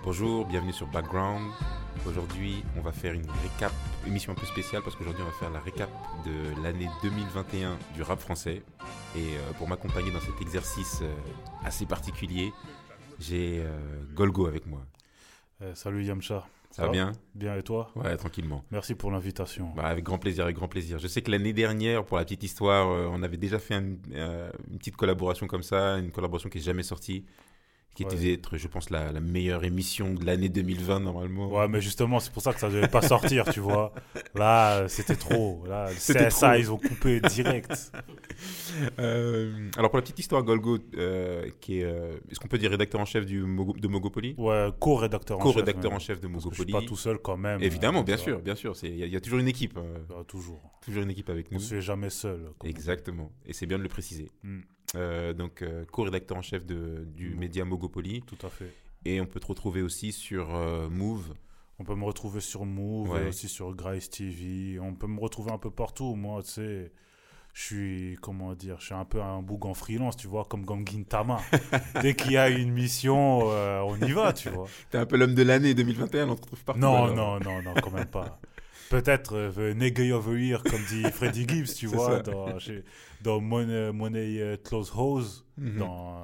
Bonjour, bienvenue sur Background. Aujourd'hui, on va faire une émission un peu spéciale parce qu'aujourd'hui, on va faire la récap de l'année 2021 du rap français. Et pour m'accompagner dans cet exercice assez particulier, j'ai Golgo avec moi. Salut Yamcha. Ça va bien ? Bien, et toi ? Ouais, tranquillement. Merci pour l'invitation. Avec grand plaisir, avec grand plaisir. Je sais que l'année dernière, pour la petite histoire, on avait déjà fait une petite collaboration comme ça, une collaboration qui n'est jamais sortie, qui était être, je pense, la meilleure émission de l'année 2020 normalement. Ouais, mais justement, c'est pour ça que ça devait pas sortir, tu vois. Là, c'était trop. Là, le C'était CSA, trop. ils ont coupé direct. Alors pour la petite histoire, Golgo, qui est, est-ce qu'on peut dire rédacteur en chef de Mogopoly ? Ouais, co-rédacteur en chef. Co-rédacteur en chef de Parce que je Mogopoly. suis pas tout seul quand même. Évidemment, bien sûr. Il y a toujours une équipe. Toujours. Toujours une équipe avec On nous. ne se fait jamais seul. Exactement. Et c'est bien de le préciser. Donc, co-rédacteur en chef du média Mogopoly. Tout à fait. Et on peut te retrouver aussi sur Move. On peut me retrouver sur Move, Ouais. aussi sur Grace TV. On peut me retrouver un peu partout. Moi, tu sais, je suis un peu un bougon freelance, tu vois, comme Gintama. Dès qu'il y a une mission, on y va, tu vois. T'es un peu l'homme de l'année 2021, on te retrouve partout. Non, alors. non, quand même pas. Peut-être the nigga over here, comme dit Freddie Gibbs, tu C'est vois, ça. dans Money Close Hose, Mhm. dans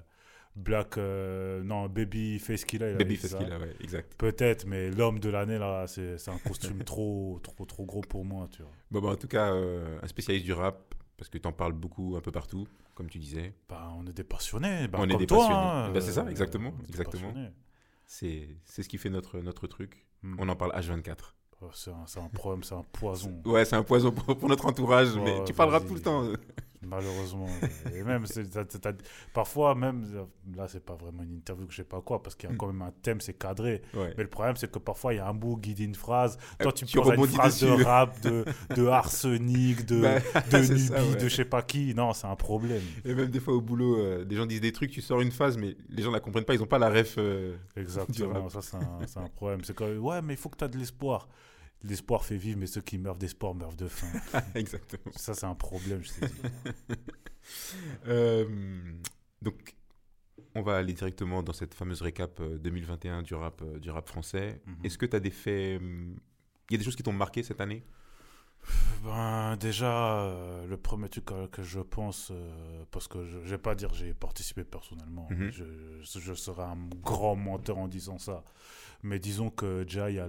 Babyface Killa. il avait Baby dit ça. Feskila, ouais, exact. Peut-être, mais l'homme de l'année, là, c'est un costume trop gros pour moi, tu vois. Bon, en tout cas, un spécialiste du rap, parce que t'en parles beaucoup un peu partout, comme tu disais. On est des passionnés, On est comme des toi. passionnés. C'est ça, exactement. On est des Exactement. passionnés. C'est ce qui fait notre truc. Hmm. On en parle H24. Oh, c'est un problème, c'est un poison. Ouais, c'est un poison pour notre entourage, mais Ouais, tu parleras vas-y. tout le temps. Malheureusement. Et même, parfois, même, là, c'est pas vraiment une interview que je sais pas quoi, parce qu'il y a quand même un thème, c'est cadré. Ouais. Mais le problème, c'est que parfois, il y a un bout qui dit une phrase. Toi, tu Tu penses à une rebondis phrase de dessus. rap, de arsenic, de c'est Nubi, ça, ouais. de je sais pas qui. Non, c'est un problème. Et même des fois au boulot, des gens disent des trucs, tu sors une phrase, mais les gens la comprennent pas, ils ont pas la ref. Du Exactement. rap. Ça, c'est un problème. C'est comme, ouais, mais il faut que tu aies de l'espoir. L'espoir fait vivre, mais ceux qui meurent d'espoir meurent de faim. Exactement. Ça, c'est un problème, je t'ai dit. Donc, on va aller directement dans cette fameuse récap 2021 du rap français. Mhm. Est-ce que tu as des faits. Il y a des choses qui t'ont marqué cette année ? Déjà, le premier truc que je pense, parce que je vais pas dire que j'ai participé personnellement, Mhm. je serais un grand menteur en disant ça, mais disons que déjà il y a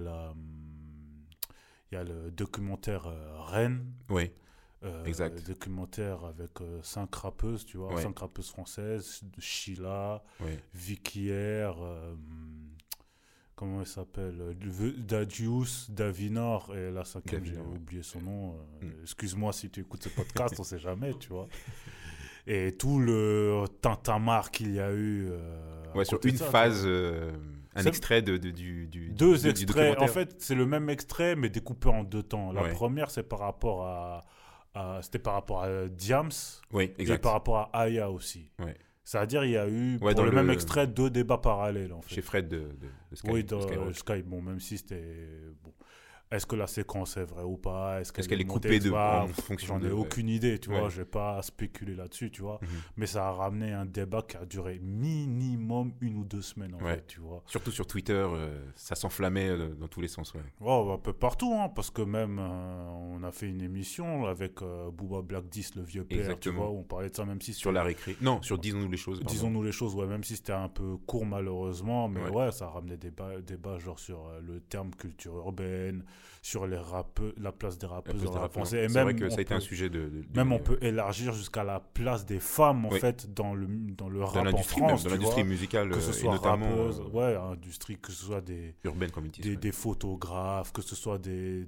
le documentaire Rennes, Oui, exact. le documentaire avec 5 rappeuses, tu vois, Ouais. 5 rappeuses françaises, Sheila, Oui. Vicky R, comment elle s'appelle, Dadius, Davinor, et la cinquième, j'ai Davinor, ouais. oublié son nom. Mm. Excuse-moi si tu écoutes ce podcast, on sait jamais, tu vois. Et tout le tintamarre qu'il y a eu. à Sur côté de une ça, phase, tu vois. un C'est- extrait du Deux extraits. documentaire. En fait, c'est le même extrait, mais découpé en 2 temps. La Ouais. première, c'est par rapport c'était par rapport à Diams Oui, et exact. par rapport à Aya aussi. Ouais. C'est-à-dire, il y a eu, Ouais, pour dans le même le- extrait, 2 débats parallèles, en fait. Chez Fred de Sky. Oui, de dans Skyrock. Sky, bon, même si c'était... Bon. Est-ce que la séquence est vraie ou pas? Est-ce qu'elle est montée coupée pas en fonction J'en ai de- ouais. aucune idée, tu vois. Ouais. Je vais pas spéculer là-dessus, tu vois. Mhm. Mais ça a ramené un débat qui a duré minimum 1 ou 2 semaines, en Ouais. fait, tu vois. Surtout sur Twitter, ça s'enflammait dans tous les sens. Ouais. Oh, un peu partout, hein, parce que même on a fait une émission avec Booba Black 10, le vieux père, tu Exactement. vois, où on parlait de ça, même si Sur la récré. Non, sur Disons-nous les choses. pardon. disons-nous les choses, ouais, même si c'était un peu court malheureusement, mais Ouais. ouais, ça a ramené des débats genre sur le terme culture urbaine, sur les rappeurs, la place des La rappeuses place dans des le rap rappeurs. français, et C'est même vrai que ça a on été un peut- sujet même on peut élargir jusqu'à la place des femmes en Oui. fait dans le dans rap en l'industrie, France, même, dans tu l'industrie vois, musicale, que ce et soit notamment rappeuse, ouais, industrie, que ce soit des urbaine community. des photographes, que ce soit des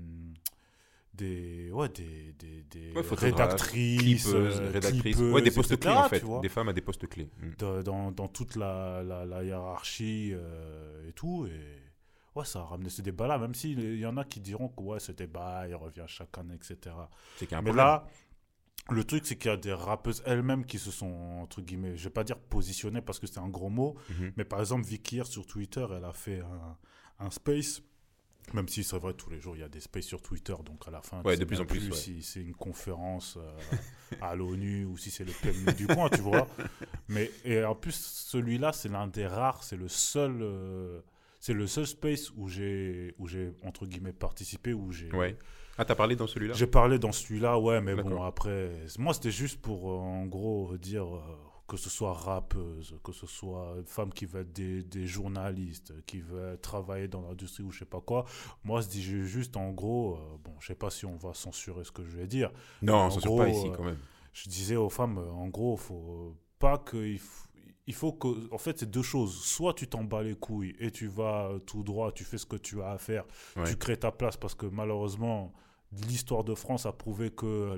Photographes, rédactrices, rédactrices, clippeuses, des postes etc., clés en fait, tu vois, des femmes à des postes clés. dans toute la hiérarchie et tout. Et ouais, ça a ramené ce débat-là, même s'il y en a qui diront que ouais, ce débat, il revient chaque année, etc. C'est qu'il y a un Mais problème. là, le truc, c'est qu'il y a des rappeuses elles-mêmes qui se sont, entre guillemets, je vais pas dire positionnées parce que c'est un gros mot, Mhm. mais par exemple, Vicky, sur Twitter, elle a fait un space Même si c'est vrai, tous les jours, il y a des spaces sur Twitter, donc à la fin, Ouais, tu de sais plus même en plus, ouais. si c'est une conférence à l'ONU ou si c'est le PMU du coin, tu vois. Mais et en plus, celui-là, c'est l'un des rares, c'est le seul space où j'ai entre guillemets participé, où Ouais. Ah, t'as parlé dans celui-là? j'ai parlé dans celui-là, ouais, mais bon, D'accord. après, moi, c'était juste pour, en gros, dire que ce soit rappeuse, que ce soit une femme qui veut être des journalistes, qui veut travailler dans l'industrie ou je sais pas quoi. Moi, je dis juste, en gros, bon, je sais pas si on va censurer ce que je vais dire, Non, mais on en censure pas gros, ici quand même. je disais aux femmes, en gros, faut pas que. Il faut que. En fait, c'est deux choses. Soit tu t'en bats les couilles et tu vas tout droit, tu fais ce que tu as à faire, Ouais. tu crées ta place parce que malheureusement, l'histoire de France a prouvé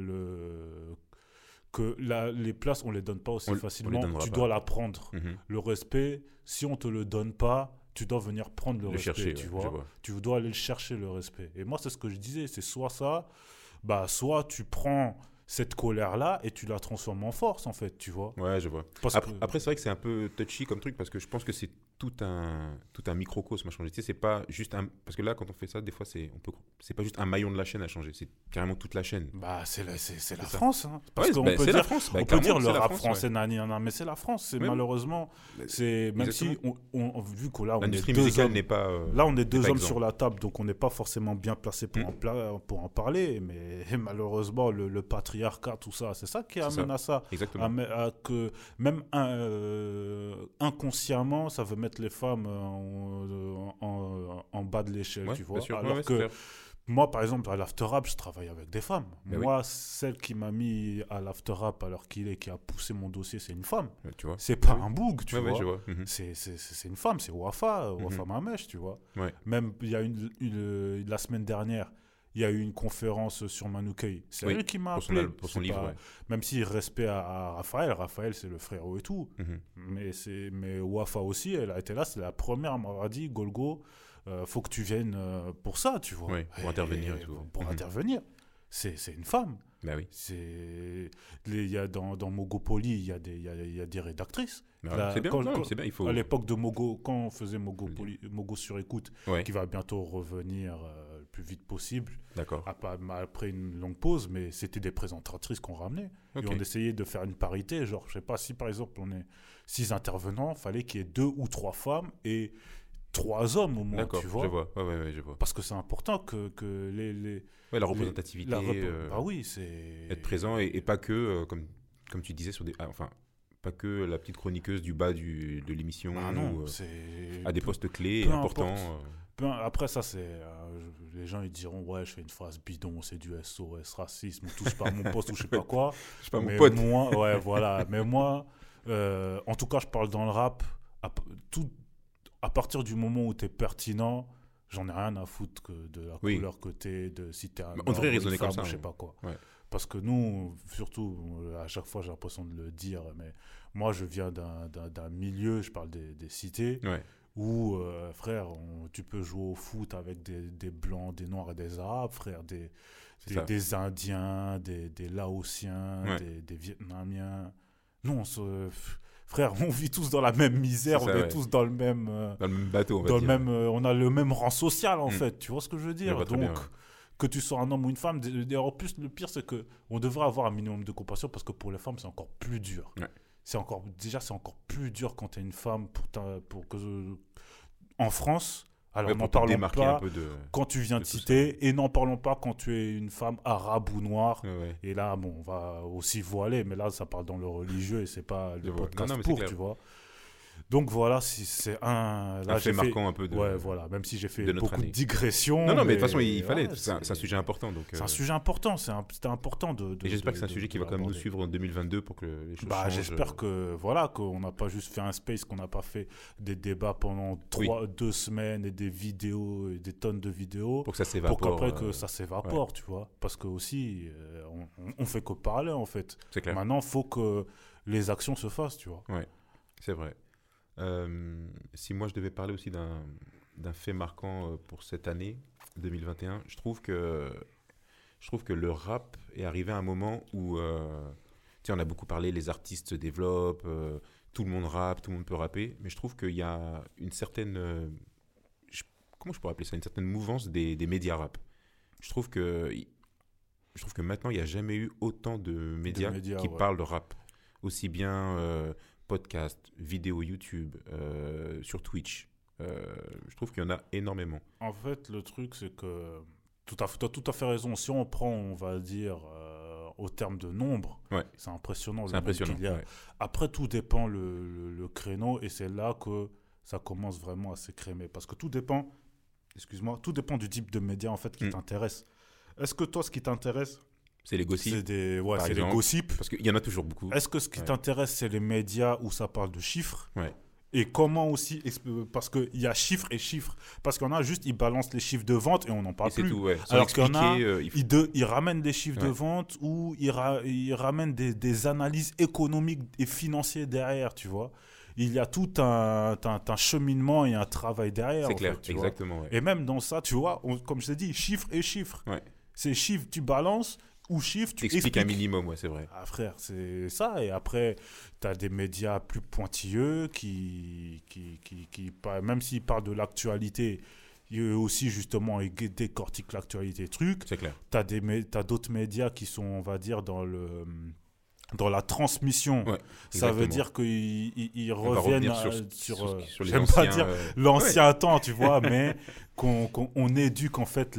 les places, on les donne pas aussi On les facilement. donnera Tu pas. dois la prendre. Mhm. Le respect, si on te le donne pas, tu dois venir prendre le Le respect, chercher, tu ouais, vois. je vois. Tu dois aller le chercher, le respect. Et moi, c'est ce que je disais, c'est soit ça, bah, soit tu prends cette colère-là et tu la transformes en force, en fait, tu vois. Ouais, je vois. Parce Après, que... après, c'est vrai que c'est un peu touchy comme truc parce que je pense que c'est tout un microcosme à changer. Tu sais, c'est pas juste un. Parce que là, quand on fait ça, des fois, c'est pas juste un maillon de la chaîne à changer, c'est carrément toute la chaîne. Bah, c'est la ça. France, hein. Parce Ouais, qu'on bah, peut c'est la dire, France. Bah, on peut dire clairement, le c'est la rap France, français, ouais. nani, nana, mais c'est la France. C'est Oui, malheureusement, c'est même si, Exactement. vu que là, on est L'industrie deux musicale hommes, n'est pas. là, on est n'est deux pas hommes exempt. sur la table, donc on n'est pas forcément bien placé pour en parler. Mais malheureusement, le patriarcat, tout ça, c'est ça qui C'est amène ça. à ça. Exactement. À que même inconsciemment, ça veut mettre les femmes en bas de l'échelle, Ouais, tu vois. bien sûr. Ouais, Alors ouais, c'est que clair. moi, par exemple, à l'After Rap, je travaille avec des femmes. Ben Moi, celle qui m'a mis à l'After Rap alors qui a poussé mon dossier, c'est une femme. Ouais, tu vois. C'est pas Oui. un boug, tu Ouais, vois. ouais, je vois. Mhm. C'est une femme, c'est Wafa Mamèche, tu vois. Ouais. Même, il y a la semaine dernière, il y a eu une conférence sur Manoukai. C'est Oui, elle qui m'a pour son appelé. pour son C'est livre, pas- ouais. Même si respect à Raphaël. Raphaël, c'est le frérot et tout. Mhm. Mais Wafa aussi, elle a été là. C'est la première, elle m'aura dit, Golgo, faut que tu viennes pour ça, tu vois. Ouais, pour intervenir et tout. Pour Mhm. intervenir. C'est une femme. Bah oui. Il y a dans Mogopoly, il y a des rédactrices. Bah ouais, Là, c'est bien. quand- Non, quand- c'est bien. Il faut. À l'époque de Mogo, quand on faisait Mogo sur écoute, Ouais. qui va bientôt revenir le plus vite possible, D'accord. après une longue pause, mais c'était des présentatrices qu'on ramenait. Ok. Et on essayait de faire une parité. Genre, je sais pas, si par exemple on est 6 intervenants, fallait qu'il y ait 2 ou 3 femmes et 3 hommes au moins, D'accord. tu vois. Je vois. Ouais, ouais, ouais, je vois. Parce que c'est important que les Ouais, la représentativité. bah oui, c'est... Être présent et pas que, comme tu disais, enfin, pas que la petite chroniqueuse du bas de l'émission Bah non, ou c'est... à des postes clés peu et importants. importe. Après ça, les gens ils diront ouais, je fais une phrase bidon, c'est du SOS, racisme, ou touche pas à mon poste ou je sais pas quoi. Je sais pas, mon Mais pote. moi, ouais, voilà. Mais moi, en tout cas, je parle dans le rap. À partir du moment où tu es pertinent, j'en ai rien à foutre de la Oui. couleur que t'es, de si t'es un On devrait homme ou une raisonner comme femme ça, ou je sais ouais. pas quoi. Ouais. Parce que nous, surtout, à chaque fois j'ai l'impression de le dire, mais moi je viens d'un milieu, je parle des cités, Ouais. où, frère, tu peux jouer au foot avec des blancs, des noirs et des arabes, frère, C'est ça. des indiens, des laotiens, Ouais. des vietnamiens. Non, frère, on vit tous dans la même misère, C'est ça, on est ouais. tous dans le même... Dans le même bateau, on va dans dire. le même, on a le même rang social en Mm. fait, tu vois ce que je veux Je dire. vois très Donc bien, ouais. que tu sois un homme ou une femme, en plus le pire c'est que on devrait avoir un minimum de compassion parce que pour les femmes c'est encore plus dur. Ouais. C'est encore plus dur quand tu es une femme en France. Alors Ouais, n'en pour te parlons démarquer un pas peu de. quand tu viens de de tout citer et n'en parlons pas quand tu es une femme arabe ou noire. Ouais, ouais. Et là, bon, on va aussi voiler, mais là, ça parle dans le religieux et c'est pas Je le vois. podcast Non, mais c'est pour, clair. tu vois. Donc voilà, si c'est un... Là, Un fait j'ai fait... marquant un peu de. Ouais, voilà, même si j'ai fait de notre beaucoup année. de digressions. Non, non, mais de toute façon, il ouais, fallait. C'est un sujet important. Donc, C'est un sujet important, c'était important et j'espère que c'est un sujet qui va quand même nous l'aborder. suivre en 2022 pour que les choses Bah, changent. j'espère que voilà qu'on n'a pas juste fait un space, qu'on n'a pas fait des débats pendant 2 semaines et des vidéos, et des tonnes de vidéos, Pour que ça pour s'évapore. qu'après que ça s'évapore, tu vois. Parce que aussi, on fait que parler en fait. C'est clair. Maintenant, il faut que les actions se fassent, tu vois. C'est vrai. Si moi je devais parler aussi d'un fait marquant pour cette année 2021, je trouve que le rap est arrivé à un moment où, tu sais, on a beaucoup parlé, les artistes se développent, tout le monde rappe, tout le monde peut rapper, mais je trouve qu'il y a une certaine, comment je pourrais appeler ça, une certaine mouvance des médias rap. Je trouve que maintenant, il n'y a jamais eu autant de médias qui parlent de rap. Aussi bien podcast, vidéo YouTube, sur Twitch. Je trouve qu'il y en a énormément. En fait, le truc, c'est que tu as tout à fait raison. Si on prend, on va dire, au terme de nombre, c'est impressionnant. C'est impressionnant. Qu'il y a. Ouais. Après, tout dépend le créneau et c'est là que ça commence vraiment à s'écrémer. Parce que tout dépend du type de média en fait, qui t'intéresse. Est-ce que toi, ce qui t'intéresse, c'est les gossips? C'est les gossips. Parce qu'il y en a toujours beaucoup. Est-ce que ce qui t'intéresse, c'est les médias où ça parle de chiffres? Ouais. Et comment aussi, parce qu'il y a chiffres et chiffres. Parce qu'il y en a juste, ils balancent les chiffres de vente et on n'en parle plus. Tout, ouais. Alors qu'il y en a, ils ramènent des chiffres de vente ou ils ramènent des analyses économiques et financières derrière, tu vois. Il y a tout un cheminement et un travail derrière. C'est clair, exactement. Ouais. Et même dans ça, tu vois, comme je t'ai dit, chiffres et chiffres. Ouais. C'est chiffres, tu balances. Ou chiffres, tu expliques un minimum, ouais, c'est vrai. Ah frère, c'est ça. Et après, tu as des médias plus pointilleux qui même s'ils parlent de l'actualité, eux aussi, justement, ils décortiquent l'actualité truc. C'est clair. T'as d'autres médias qui sont, on va dire, dans la transmission. Ouais, ça veut dire qu'ils reviennent sur j'aime pas dire l'ancien temps, tu vois, mais qu'on éduque en fait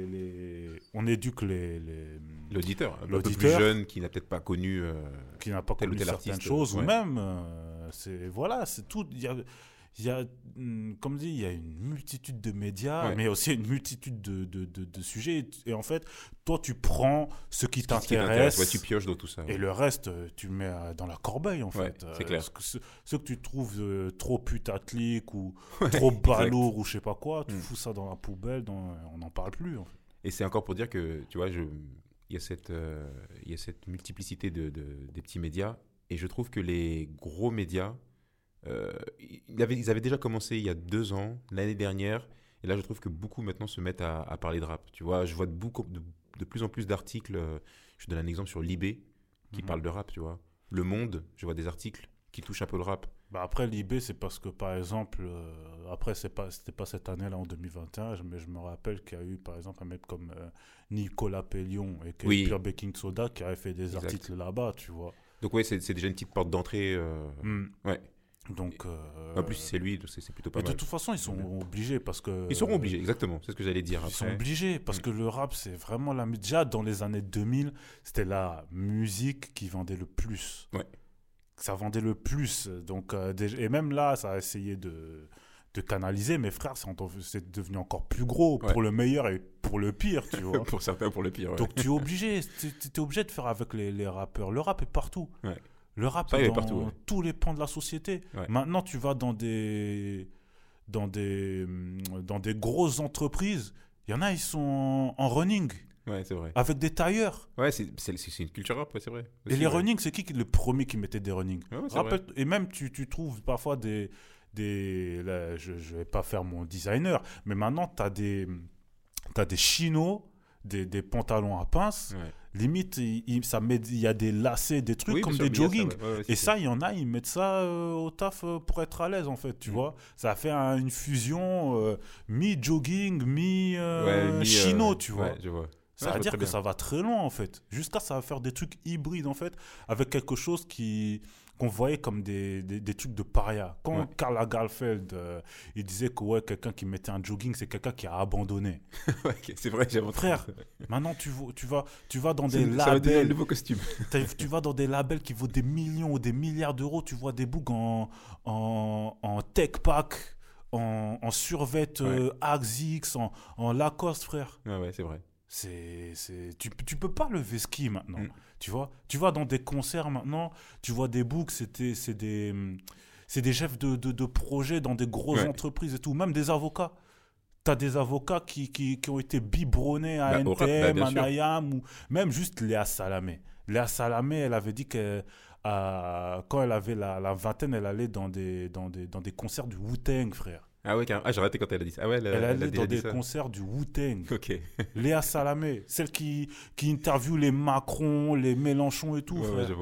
on éduque l'auditeur un peu plus jeune qui n'a peut-être pas connu qui n'a pas connu certaines choses, ou même c'est tout. Il y a, comme dit, il y a une multitude de médias, mais aussi une multitude de sujets. Et en fait, toi, tu prends ce qui t'intéresse. Tu pioches dans tout ça. Et le reste, tu le mets dans la corbeille, en fait. C'est clair. Ce que tu trouves trop putaclic ou trop balourd ou je sais pas quoi, tu fous ça dans la poubelle, on n'en parle plus, en fait. Et c'est encore pour dire que, tu vois, il y a cette multiplicité des petits médias. Et je trouve que les gros médias, ils avaient déjà commencé il y a 2 ans, l'année dernière, et là je trouve que beaucoup maintenant se mettent à parler de rap. Tu vois, je vois de plus en plus d'articles. Je donne un exemple sur Libé qui parle de rap, tu vois. Le Monde, je vois des articles qui touchent un peu le rap. Bah après Libé, c'est parce que par exemple, après c'était pas cette année-là en 2021, mais je me rappelle qu'il y a eu par exemple un mec comme Nicolas Pellion et Pure Baking Soda qui avait fait des articles là-bas, tu vois. Donc ouais, c'est déjà une petite porte d'entrée. Ouais. Donc, en plus, c'est lui, c'est plutôt pas mal. De toute façon, ils sont obligés parce que... Ils seront obligés, exactement. C'est ce que j'allais dire après. Ils sont obligés parce que le rap, c'est vraiment la... Déjà, dans les années 2000, c'était la musique qui vendait le plus. Ouais. Ça vendait le plus. Donc, et même là, ça a essayé de canaliser. Mais frère, c'est devenu encore plus gros pour le meilleur et pour le pire, tu vois. Pour certains, pour le pire, ouais. Donc, tu es obligé. Tu es obligé de faire avec les rappeurs. Le rap est partout. Ouais. Le rap est dans tous les pans de la société. Ouais. Maintenant, tu vas dans des grosses entreprises. Il y en a, ils sont en running. Ouais, c'est vrai. Avec des tailleurs. Ouais, c'est une culture rap, ouais, c'est vrai. Aussi, et les running, c'est qui le premier qui mettait des running? Ouais, et même, tu trouves parfois là, je vais pas faire mon designer, mais maintenant, t'as des chinos, des pantalons à pinces. Ouais. Limite, il y a des lacets, des trucs comme des jogging. Et ça, il y en a, ils mettent ça au taf pour être à l'aise, en fait, tu vois. Ça fait une fusion mi-jogging, mi-chino, tu vois. Ouais, je vois. Ça veut dire que ça va très loin, en fait. Jusqu'à ça va faire des trucs hybrides, en fait, avec quelque chose qu'on voyait comme des trucs de paria. Quand Karl Lagerfeld, il disait que quelqu'un qui mettait un jogging, c'est quelqu'un qui a abandonné. C'est vrai, j'ai entendu. Frère, maintenant tu vas dans des labels. Ça va devenir un nouveau costume. Tu vas dans des labels qui vaut des millions ou des milliards d'euros. Tu vois des bougs en tech pack, en survêt Axix, en Lacoste, frère. Ouais, c'est vrai. Tu peux pas lever ski maintenant. Tu vois, tu vas dans des concerts maintenant, tu vois des books, c'est des chefs de projet dans des grosses entreprises et tout, même des avocats. Tu as des avocats qui ont été biberonnés à NTM, à Nayam, ou même juste Léa Salamé. Léa Salamé, elle avait dit que quand elle avait la vingtaine, elle allait dans des concerts du Wu-Tang, frère. Ah ouais, j'ai raté quand elle a dit ça. Ah ouais, elle allait dans des concerts du Wu-Tang. Ok. Léa Salamé, celle qui interviewe les Macron, les Mélenchon et tout. Ouais, je vois.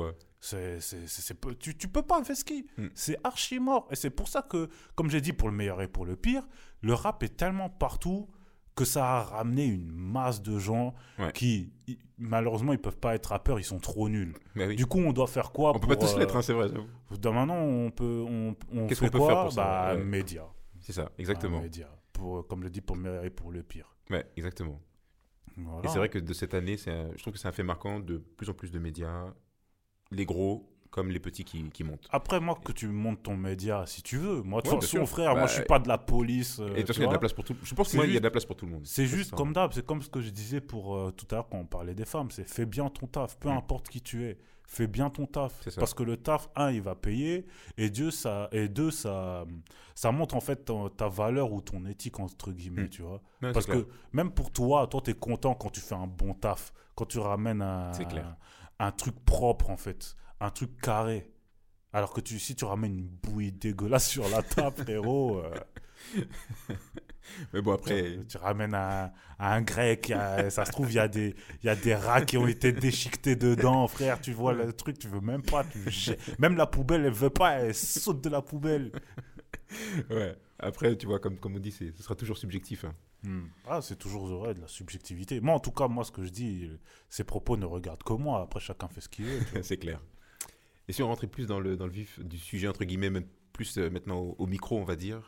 Tu peux pas, Veski. C'est archi mort. Et c'est pour ça que, comme j'ai dit, pour le meilleur et pour le pire, le rap est tellement partout que ça a ramené une masse de gens qui, malheureusement, ils peuvent pas être rappeurs, ils sont trop nuls. Oui. Du coup, on doit faire quoi on peut pas tous l'être, c'est vrai. Maintenant, on Qu'est-ce fait qu'on peut quoi faire pour ça? Médias. C'est ça, exactement. Médias. Comme je le dis, pour le meilleur et pour le pire. Ouais, exactement. Voilà. Et c'est vrai que de cette année, je trouve que c'est un fait marquant de plus en plus de médias, les gros comme les petits qui montent. Après, moi, que tu montes ton média si tu veux. Moi, de toute façon, sûr. frère, moi, je suis pas de la police. Et de toute façon, il y a de la place pour tout. Je pense qu'il y a de la place pour tout le monde. C'est juste comme d'hab. C'est comme ce que je disais pour tout à l'heure quand on parlait des femmes. C'est fais bien ton taf, peu importe qui tu es. Fais bien ton taf. Parce que le taf, il va payer. Et deux, ça montre en fait ta valeur ou ton éthique, entre guillemets, tu vois. Ouais, parce que même pour toi, tu es content quand tu fais un bon taf. Quand tu ramènes un truc propre, en fait. Un truc carré. Alors que si tu ramènes une bouillie dégueulasse sur la table, frérot. Mais bon, après. Tu ramènes un grec, ça se trouve, il y a des rats qui ont été déchiquetés dedans, frère. Tu vois le truc, tu veux même pas. Même la poubelle, elle veut pas, elle saute de la poubelle. Ouais. Après, tu vois, comme on dit, ce sera toujours subjectif. Hein. C'est toujours vrai, de la subjectivité. Moi, en tout cas, ce que je dis, ces propos ne regardent que moi. Après, chacun fait ce qu'il veut. C'est clair. Et si on rentrait plus dans le vif du sujet, entre guillemets, même plus maintenant au micro, on va dire,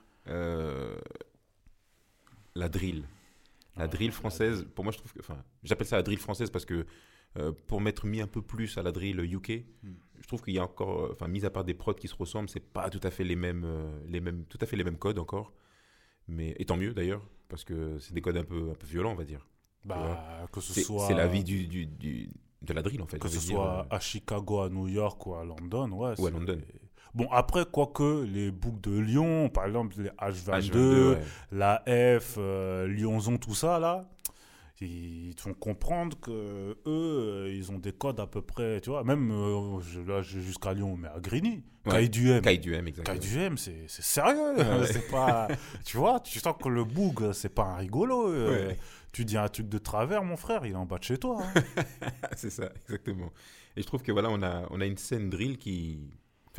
la drill. La drill française, pour moi, je trouve que... j'appelle ça la drill française parce que pour m'être mis un peu plus à la drill UK, je trouve qu'il y a encore... mis à part des prods qui se ressemblent, c'est pas tout à fait les mêmes codes encore. Et tant mieux, d'ailleurs, parce que c'est des codes un peu violents, on va dire. Que ce soit... C'est la vie de la drill, en fait. Que ce soit à Chicago, à New York ou à London, Ou à London. Bon, après, quoique, les boucles de Lyon, par exemple, les H22, la F, Lyonzon, tout ça, là, ils te font comprendre que eux, ils ont des codes à peu près, tu vois, même là, jusqu'à Lyon, mais à Grigny, Caille du M, exactement. Caille du M, c'est sérieux, c'est pas, tu vois, tu sens que le boug, c'est pas un rigolo, tu dis un truc de travers, mon frère, il est en bas de chez toi. Hein. C'est ça, exactement. Et je trouve que voilà, on a une scène drill qui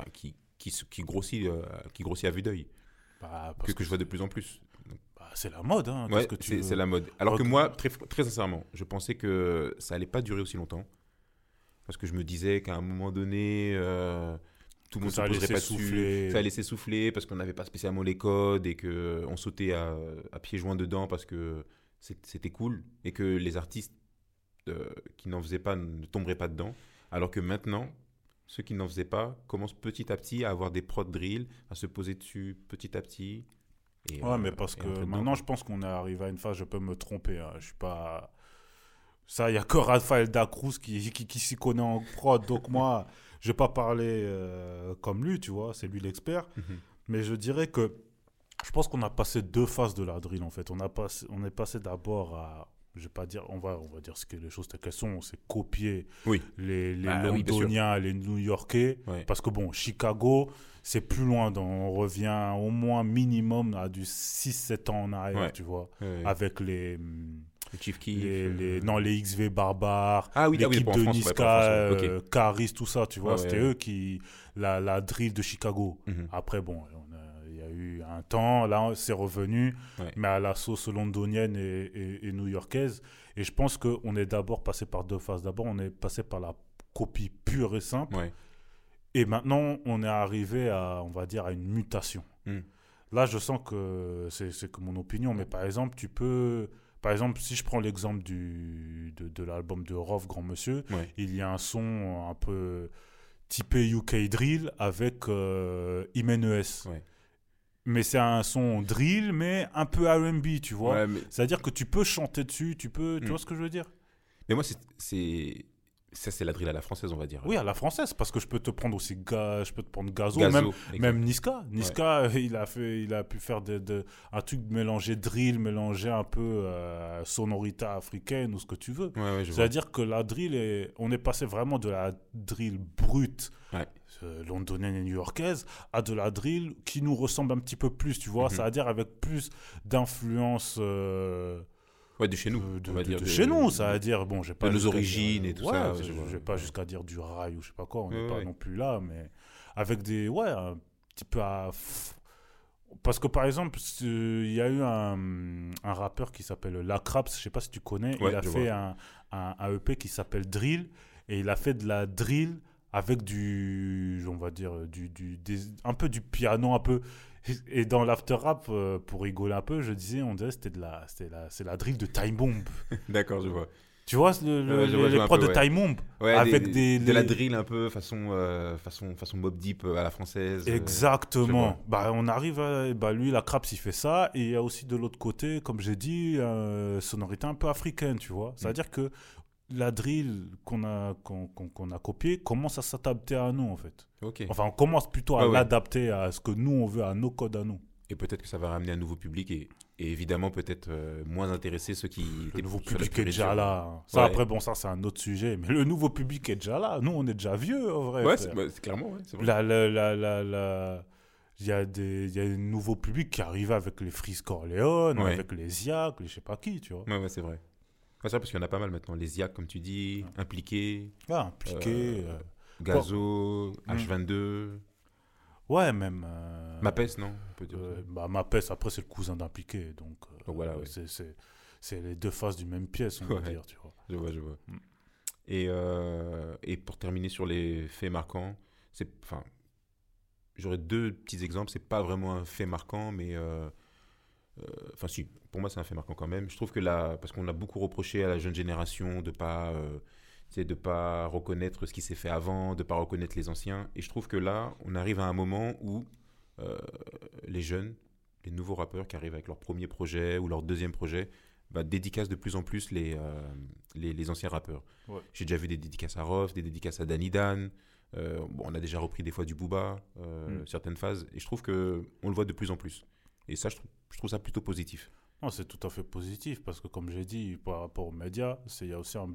grossit à vue d'œil, que je vois de plus en plus. C'est la mode, hein. C'est la mode. Alors que moi, très, très sincèrement, je pensais que ça allait pas durer aussi longtemps, parce que je me disais qu'à un moment donné, tout le monde ne se poserait pas dessus, ça allait s'essouffler parce qu'on n'avait pas spécialement les codes et que on sautait à pieds joints dedans parce que c'était cool et que les artistes qui n'en faisaient pas ne tomberaient pas dedans. Alors que maintenant, ceux qui n'en faisaient pas commencent petit à petit à avoir des prods drill, à se poser dessus petit à petit. Mais parce que maintenant, je pense qu'on est arrivé à une phase, je peux me tromper. Hein, je suis pas. Ça, il n'y a que Raphaël Dacruz qui s'y connaît en prod. Donc, moi, je ne vais pas parler comme lui, tu vois, c'est lui l'expert. Mais je dirais que je pense qu'on a passé 2 phases de la drill, en fait. On est passé d'abord à. Je vais pas dire, on va dire ce que les choses telles qu'elles sont, c'est copier les Londoniens, les New-Yorkais, parce que bon, Chicago, c'est plus loin, on revient au moins minimum à du 6-7 ans en arrière, tu vois, avec les Chief Keef, les XV Barbares, l'équipe de Niska, Caris, tout ça, tu vois, c'était eux qui, la drill de Chicago. Après, bon, il y a eu un temps, là c'est revenu, mais à la sauce londonienne et new-yorkaise. Et je pense qu'on est d'abord passé par 2 phases. D'abord, on est passé par la copie pure et simple. Et maintenant, on est arrivé à, on va dire, à une mutation. Là, je sens que c'est que mon opinion, mais par exemple, par exemple, si je prends l'exemple de l'album de Rof, Grand Monsieur, il y a un son un peu typé UK Drill avec Imenes. Mais c'est un son drill, mais un peu R&B, tu vois. C'est-à-dire que tu peux chanter dessus, tu vois ce que je veux dire? Mais moi, c'est la drill à la française, on va dire. Oui, à la française, parce que je peux te prendre aussi je peux te prendre Gazo même Niska. Niska, il a pu faire un truc mélanger drill, mélanger un peu sonorité africaine ou ce que tu veux. C'est-à-dire que la drill, on est passé vraiment de la drill brute, londonienne et new-yorkaise, à de la drill qui nous ressemble un petit peu plus, tu vois. C'est-à-dire avec plus d'influence Ouais, de chez nous, on va dire. De chez nous, ça veut dire, bon, j'ai pas de nos jusqu'à origines dire, et tout ouais, ça. je vais pas jusqu'à dire du rail ou je sais pas quoi, on n'est Ouais, pas ouais. non plus là, mais avec des, ouais, un petit peu parce que par exemple, il y a eu un rappeur qui s'appelle Lacraps, je sais pas si tu connais, Ouais, il a je fait vois. un EP qui s'appelle Drill, et il a fait de la drill avec on va dire, un peu du piano, un peu. Et dans l'after rap, pour rigoler un peu, je disais, on dirait que c'est la drill de Time Bomb. D'accord, je vois. Tu vois, Je les vois un prods peu, de ouais. Time Bomb Ouais, avec de la drill un peu façon Mobb Deep à la française. Je Exactement. vois. Bah, on arrive à. Bah, lui, la Craps, il fait ça. Et il y a aussi de l'autre côté, comme j'ai dit, sonorité un peu africaine, tu vois. C'est-à-dire que la drill qu'on a copiée commence à s'adapter à nous, en fait. Ok. Enfin, on commence plutôt à Ouais, ouais. l'adapter à ce que nous, on veut, à nos codes à nous. Et peut-être que ça va ramener un nouveau public et évidemment peut-être moins intéresser ceux qui Le étaient nouveau sur la public est purée déjà dure. là. Hein. Ça, Ouais. après, bon, ça, c'est un autre sujet. Mais le nouveau public est déjà là. Nous, on est déjà vieux, en vrai. Ouais, frère. c'est clairement, ouais, c'est vrai. Il y a un nouveau public qui arrive avec les Freeze Corleone, Ouais. avec les Ziak, les je sais pas qui, tu vois. Ouais, c'est vrai. Ouais, c'est vrai parce qu'il y en a pas mal maintenant. Les IAC, comme tu dis, impliqués, Ah, impliqué. Gazo, H22, Ouais, même. Mapes, non on peut dire ça. Bah, Mapes, après, c'est le cousin d'impliqué. Donc voilà, ouais. C'est les deux faces d'une même pièce, on va Ouais. dire, tu vois. Je vois. Mm. Et pour terminer sur les faits marquants, enfin, j'aurais deux petits exemples. C'est pas vraiment un fait marquant, mais enfin si, pour moi c'est un fait marquant quand même. Je trouve que parce qu'on a beaucoup reproché à la jeune génération de pas reconnaître ce qui s'est fait avant, de pas reconnaître les anciens. Et je trouve que là, on arrive à un moment où les jeunes, les nouveaux rappeurs qui arrivent avec leur premier projet ou leur deuxième projet, dédicacent de plus en plus les anciens rappeurs. Ouais. J'ai déjà vu des dédicaces à Rof, des dédicaces à Danny Dan. On a déjà repris des fois du Booba, certaines phases. Et je trouve qu'on le voit de plus en plus. Et ça, je trouve ça plutôt positif. Non, c'est tout à fait positif parce que, comme j'ai dit, par rapport aux médias, il y a aussi un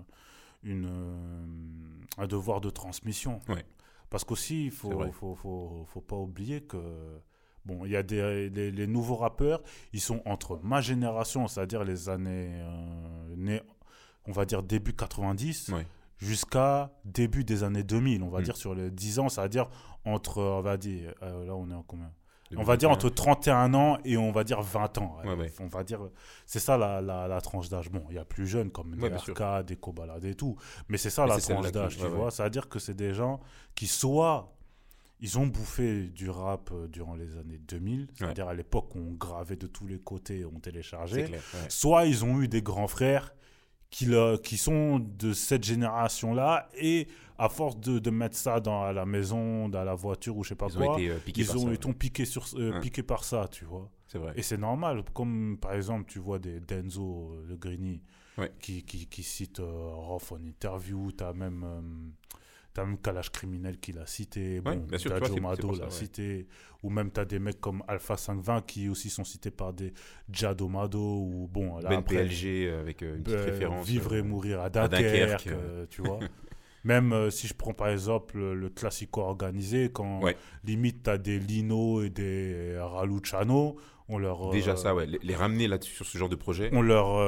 devoir de transmission. Ouais. Parce qu'aussi, il C'est vrai. faut pas oublier que, bon, il y a les nouveaux rappeurs, ils sont entre ma génération, c'est-à-dire les années nés, on va dire début 90, Ouais. jusqu'à début des années 2000. On va Mm. dire sur les 10 ans, c'est-à-dire entre, on va dire, là on est en combien? On 2021. va dire entre 31 ans et on va dire 20 ans. Ouais. On va dire, c'est ça la tranche d'âge. Bon, il y a plus jeunes comme Ouais, des bien sûr. RK, des Kobalade et tout. Mais c'est ça Mais la c'est celle-là tranche d'âge, qui- tu ouais, vois. ouais. C'est-à-dire que c'est des gens qui soit ils ont bouffé du rap durant les années 2000, c'est-à-dire à l'époque où on gravait de tous les côtés, on C'est téléchargeait. clair. Ouais. Soit ils ont eu des grands frères qui sont de cette génération-là et à force de mettre ça à la maison, dans la voiture ou je sais pas Ils ont quoi, été piqués par ils ça. ont Ouais. été piqués par ça, tu vois. C'est vrai. Et c'est normal, comme par exemple tu vois des Denzo, le Grigny, Ouais. qui cite Rof en interview, t'as même Kalash Criminel qui l'a cité, Ouais, bon, bien sûr, tu vois, Dadjo c'est Mado pour ça, l'a ouais. cité, ou même t'as des mecs comme Alpha 520 qui aussi sont cités par des Jado Mado, ou bon, là Ben après, PLG avec une petite référence. Vivre et mourir à Dunkerque, Dunkerque, tu vois. Même si je prends par exemple le classico organisé, quand Ouais. limite t'as des Lino et des Raluciano, on leur Déjà ça, ouais. Les ramener là-dessus sur ce genre de projet. on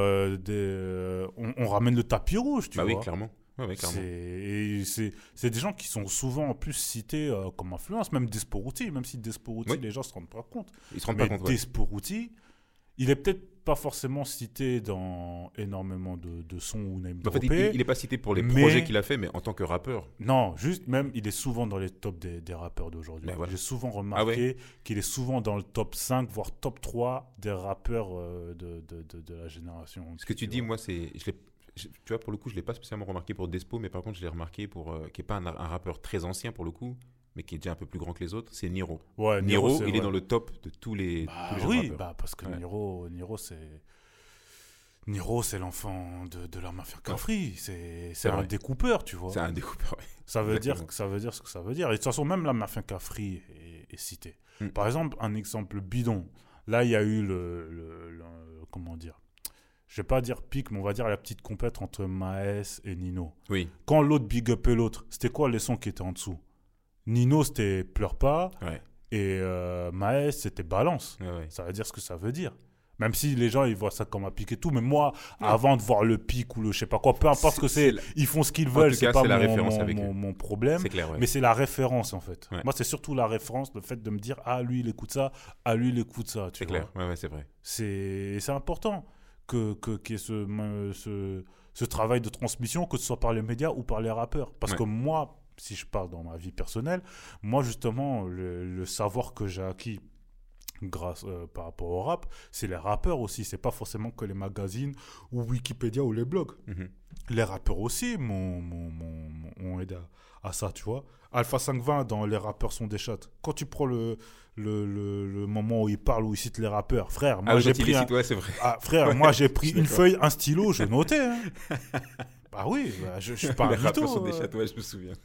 ramène le tapis rouge, tu Bah vois. oui, clairement. Ouais, clairement. C'est des gens qui sont souvent en plus cités comme influence, même Desporuti, même si Desporuti, Oui. les gens se rendent pas compte. Ils se rendent Mais pas compte. Ouais. Desporuti, il est peut-être pas forcément cité dans énormément de sons ou name En fait, droppés. il est pas cité pour les mais- projets qu'il a fait, mais en tant que rappeur. Non, juste même, il est souvent dans les tops des rappeurs d'aujourd'hui. Ben voilà. J'ai souvent remarqué Ah qu'il est souvent dans le top 5, voire top 3 des rappeurs de la génération. Ce que tu dis, moi, c'est. Tu vois, pour le coup, je l'ai pas spécialement remarqué pour Despo, mais par contre, je l'ai remarqué pour. Qui est pas un rappeur très ancien pour le coup, mais qui est déjà un peu plus grand que les autres, c'est Niro. Ouais, Niro, c'est il vrai. est dans le top de tous les jeunes Oui, rappeurs. parce que Ouais. Niro, c'est l'enfant de la mafia Cafri. C'est C'est un vrai. découpeur, tu vois. C'est un découpeur. Ouais. Ça veut dire Exactement. ce que ça veut dire. Et de toute façon, même la mafia Cafri est citée. Mm. Par exemple, un exemple bidon. Là, il y a eu comment dire. Je vais pas dire pique, mais on va dire la petite compète entre Maes et Nino. Oui, Quand l'autre big upait l'autre, c'était quoi les sons qui étaient en dessous? Nino, c'était Pleure pas. ouais. Et Maes, c'était Balance. Ouais. Ça veut dire ce que ça veut dire. Même si les gens, ils voient ça comme un pic et tout. Mais moi, avant de voir le pic ou le je sais pas quoi, peu importe ce que c'est, ils font ce qu'ils veulent. C'est pas la référence avec mon problème. C'est clair, ouais. Mais c'est la référence, en fait. Ouais. Moi, c'est surtout la référence, le fait de me dire, ah, lui, il écoute ça, ah, lui, il écoute ça. C'est clair, ouais, c'est vrai. C'est important qu'il y ait ce travail de transmission, que ce soit par les médias ou par les rappeurs. Parce que moi, si je parle dans ma vie personnelle, moi, justement, le savoir que j'ai acquis grâce par rapport au rap, c'est les rappeurs aussi, c'est pas forcément que les magazines ou Wikipédia ou les blogs. Les rappeurs aussi m'ont aidé à ça, tu vois. Alpha 520 dans Les rappeurs sont des chattes. Quand tu prends le moment où il parle, où il cite les rappeurs, frère, moi j'ai pris c'est vrai. frère, moi j'ai pris une feuille, un stylo, je notais. Hein. Bah oui, je suis pas un Les mytho. rappeurs sont des chattes, ouais, je me souviens.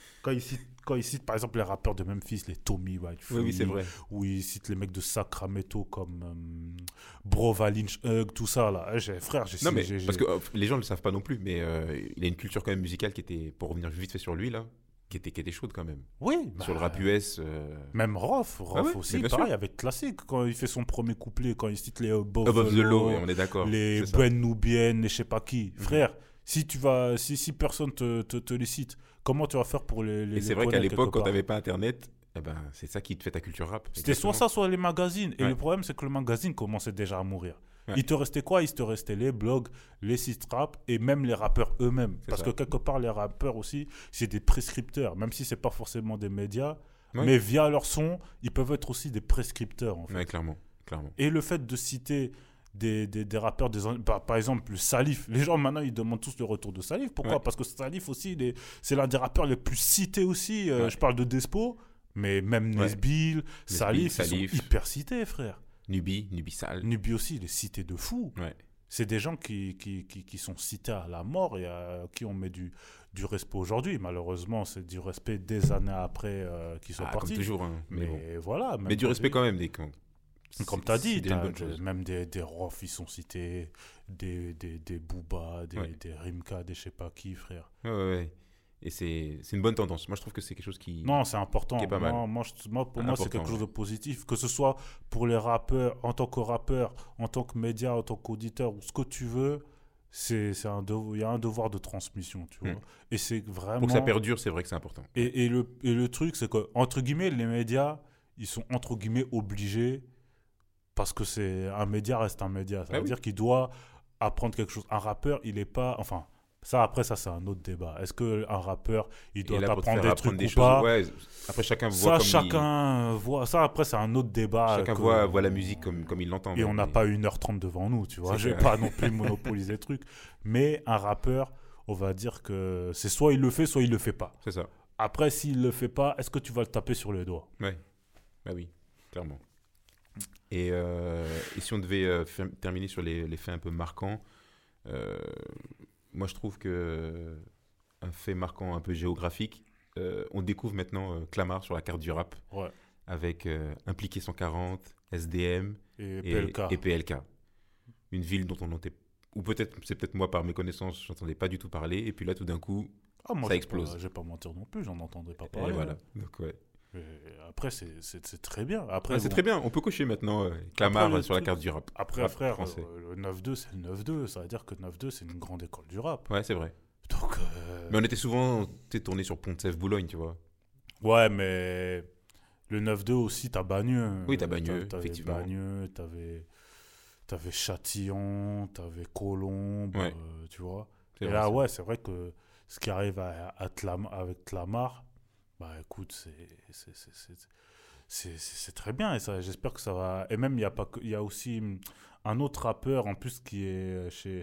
Quand il cite par exemple les rappeurs de Memphis, les Tommy, right, oui, c'est vrai. où il cite les mecs de Sacramento comme Brova, Lynch, Hug, tout ça là. Frère, non mais parce que les gens ne le savent pas non plus, mais il a une culture quand même musicale qui était, pour revenir vite fait sur lui là, qui était chaude quand même. Oui. Sur le rap US. Même Rof aussi, pareil, avec classique. Quand il fait son premier couplet, quand il cite les Above the Law, on est d'accord. Les Buen Nubienne, les je sais pas qui. Frère, si personne te les cite, comment tu vas faire pour les Et c'est vrai qu'à l'époque, quand tu n'avais pas Internet, eh ben, c'est ça qui te fait ta culture rap. C'était soit ça, soit les magazines. Et le problème, c'est que le magazine commençait déjà à mourir. Ouais. Il te restait quoi? Il te restait les blogs, les sites rap et même les rappeurs eux-mêmes. Parce que quelque part, les rappeurs aussi, c'est des prescripteurs. Même si ce n'est pas forcément des médias, mais via leur son, ils peuvent être aussi des prescripteurs. En fait. Ouais, clairement. Et le fait de citer des rappeurs, par exemple le Salif, les gens maintenant ils demandent tous le retour de Salif. Pourquoi? Parce que Salif aussi, c'est l'un des rappeurs les plus cités aussi. Je parle de Despo, mais même Nesbill, Salif, ils sont hyper cités, frère. Nubi Sal. Nubi aussi, il est cité de fou. C'est des gens qui sont cités à la mort et à qui on met du respect aujourd'hui. Malheureusement, c'est du respect des années après qu'ils sont partis. Comme toujours. Hein. Mais bon. Voilà. Mais du respect quand même. Comme tu as dit, même des Rof, ils sont cités, des Booba, des Rimka, des je sais pas qui, frère. Ouais. Et c'est une bonne tendance. Moi, je trouve que c'est quelque chose qui. Non, c'est important. Qui est pas mal. Pour moi, c'est quelque chose de positif. Que ce soit pour les rappeurs, en tant que rappeur, en tant que média, en tant qu'auditeur, ou ce que tu veux, il y a un devoir de transmission, tu vois. Et c'est vraiment. Pour que ça perdure, c'est vrai que c'est important. Et le truc, c'est que, entre guillemets, les médias, ils sont, entre guillemets, obligés. Parce que un média reste un média. Ça veut dire qu'il doit apprendre quelque chose. Un rappeur, il n'est pas... Enfin, ça, c'est un autre débat. Est-ce qu'un rappeur, il doit apprendre des trucs ou pas? Après, chacun voit voit. Ça, après, c'est un autre débat. Chacun voit la musique comme il l'entend. Et on n'a pas 1h30 devant nous, tu vois. Je ne vais pas non plus monopoliser le truc. Mais un rappeur, on va dire que c'est soit il le fait, soit il ne le fait pas. C'est ça. Après, s'il ne le fait pas, est-ce que tu vas le taper sur les doigts? Oui. Bah oui, clairement. Et si on devait terminer sur les faits un peu marquants, moi je trouve que un fait marquant un peu géographique, on découvre maintenant Clamart sur la carte du rap, avec Impliqué 140, SDM et PLK. Une ville dont on n'entendait, ou c'est peut-être moi par mes connaissances, j'entendais pas du tout parler, et puis là tout d'un coup, ça explose. Je vais pas mentir non plus, j'en entendais pas parler. Et voilà, donc ouais. Après, c'est très bien. Après, c'est très bien. On peut cocher maintenant Clamart sur la carte du rap. Après, frère, le 9-2, c'est le 9-2. Ça veut dire que 9-2, c'est une grande école du rap. Ouais, c'est vrai. Donc, mais on était souvent tourné sur Pont-de-Sèvres, Boulogne, tu vois. Ouais, mais le 9-2 aussi, t'as Bagneux. Oui, t'as Bagneux, effectivement. Bagneux, t'avais Châtillon, t'avais Colombes, tu vois. Et là, c'est vrai que ce qui arrive avec Clamart, bah écoute, c'est très bien et ça, j'espère que ça va. Et même il y a aussi un autre rappeur en plus qui est chez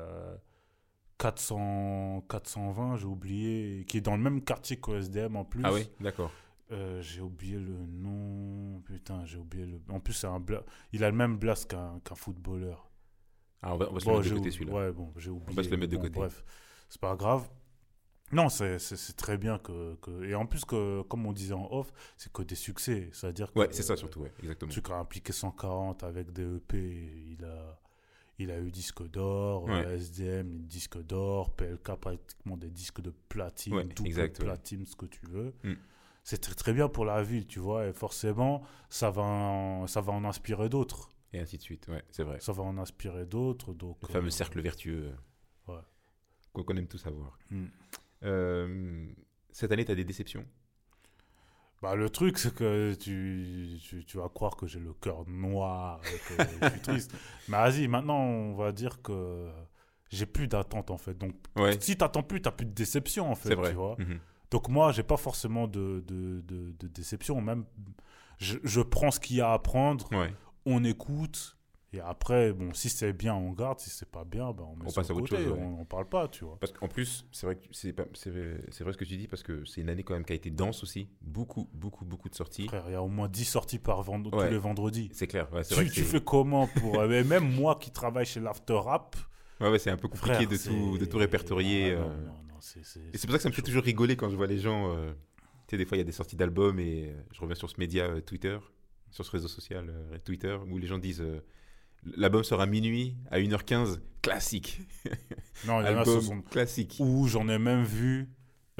420, j'ai oublié, qui est dans le même quartier que SDM en plus. Ah oui, d'accord. J'ai oublié le nom, putain, j'ai oublié le. En plus il a le même blast qu'un footballeur. Ah, on va se le mettre de côté celui-là. Ouais, bon, j'ai oublié. On va se le mettre de côté. Bref, c'est pas grave. Non, c'est très bien et en plus que, comme on disait en off, c'est que des succès, c'est-à-dire que c'est ça surtout, exactement. Tu as Impliqué 140 avec des EP, il a eu disque d'or, SDM disque d'or, PLK pratiquement des disques de platine, platine, ce que tu veux. C'est très très bien pour la ville, tu vois, et forcément ça va en inspirer d'autres. Et ainsi de suite, ouais, c'est vrai. Ça va en inspirer d'autres. Donc, Le fameux cercle vertueux ouais. qu'on aime tous avoir. Hmm. Cette année, tu as des déceptions? Bah, le truc, c'est que tu vas croire que j'ai le cœur noir et que je suis triste. Mais vas-y, maintenant, on va dire que j'ai plus d'attente, en fait. Donc, Ouais, si t'attends plus, t'as plus de déception, en fait, c'est vrai. tu vois. Mhm. Donc, moi, j'ai pas forcément de déception. Même, je prends ce qu'il y a à prendre, Ouais, on écoute. Et après, bon, si c'est bien, on garde. Si c'est pas bien, ben, on met on sur passe le à autre côté. chose. Ouais. On parle pas, tu vois. Parce qu'en plus, c'est vrai, c'est vrai ce que tu dis, parce que c'est une année quand même qui a été dense aussi. Beaucoup, beaucoup, beaucoup de sorties. Frère, il y a au moins 10 sorties tous Ouais, les vendredis. c'est clair. Ouais, c'est vrai que Tu c'est fais comment pour. Mais même moi qui travaille chez l'After Rap, ouais, ouais, c'est un peu compliqué frère, de tout répertorier. Ah, non, non, non, Et c'est pour ça que ça me fait chaud. toujours rigoler quand je vois les gens. Tu sais, des fois, il y a des sorties d'albums et je reviens sur ce média Twitter, sur ce réseau social Twitter, où les gens disent l'album sort à minuit, à 1h15, classique. Non, il y en a, ce Album sont. classique. Ou j'en ai même vu.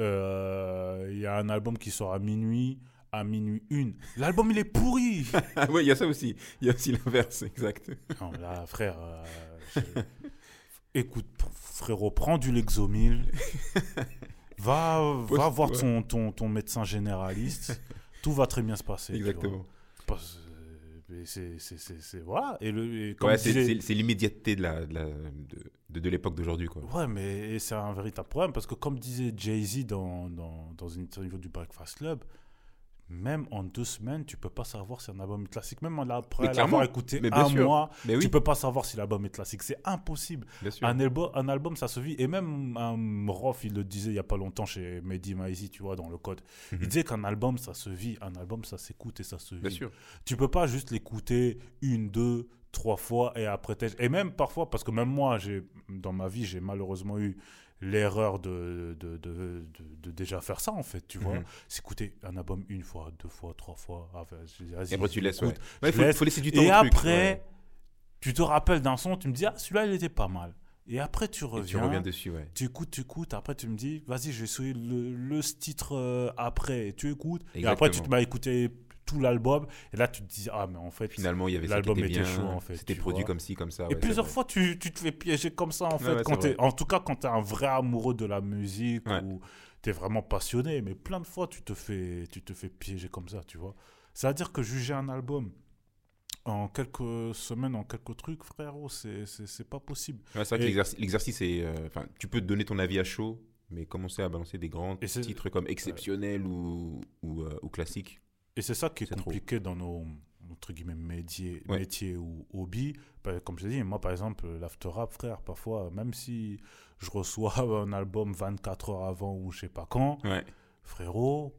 Il y a un album qui sort à minuit 1. L'album, il est pourri. Ah ouais, il y a ça aussi. Il y a aussi l'inverse, exact. Non, là, frère. Écoute, frérot, prends du Lexomil. Va voir Ouais. ton médecin généraliste. Tout va très bien se passer. Tu vois. Exactement. Mais voilà. Et comme Ouais, disait. c'est l'immédiateté de l'époque d'aujourd'hui, quoi. Ouais, mais c'est un véritable problème parce que, comme disait Jay-Z dans une interview du Breakfast Club, même en 2 semaines, tu peux pas savoir si un album est classique. Même après Mais l'avoir clairement. écouté Mais bien un sûr. mois, Mais tu oui, peux pas savoir si l'album est classique. C'est impossible. bien sûr. Un album, ça se vit. Et même Rof, il le disait il y a pas longtemps chez Mehdi Maizi, tu vois, dans le code. Il Mhm. disait qu'un album, ça se vit. Un album, ça s'écoute et ça se Bien vit. sûr. Tu peux pas juste l'écouter 1, 2, 3 fois et après et même parfois, parce que même moi, dans ma vie, j'ai malheureusement eu l'erreur de déjà faire ça, en fait, tu vois. Mhm. S'écouter un album 1 fois, 2 fois, 3 fois. Enfin, je dis, vas-y, Et après, tu je laisses, ouais. l'écoute, Ouais, je laisse. faut laisser du temps Et au truc. après, Ouais. tu te rappelles d'un son, tu me dis, ah, celui-là, il était pas mal. Et après, tu Et tu reviens, reviens dessus, ouais. tu écoutes, après, tu me dis, vas-y, je vais essayer le titre après. Et tu écoutes. Et Exactement. après, tu te mets à écouter tout l'album. Et là, tu te dis, ah, mais en fait, Finalement, il y avait ça qui l'album était était bien. chaud, en fait. C'était tu produit vois. comme ci, comme ça. Et Ouais, plusieurs c'est vrai. fois, tu te fais piéger comme ça, en fait. Ouais, c'est vrai. En tout cas, quand tu es un vrai amoureux de la musique Ouais. ou tu es vraiment passionné. Mais plein de fois, tu te fais piéger comme ça, tu vois. C'est-à-dire que juger un album en quelques semaines, en quelques trucs, frérot, c'est pas possible. Ouais, c'est vrai que Et, l'exercice c'est. Enfin, tu peux te donner ton avis à chaud, mais commencer à balancer des grands et c'est titres comme exceptionnels ou classiques, et c'est ça qui est c'est trop. compliqué dans nos entre guillemets Ouais. métiers ou hobbies. Comme je l'ai dit, moi par exemple, l'after rap, frère, parfois, même si je reçois un album 24 heures avant ou je sais pas quand, Ouais. frérot,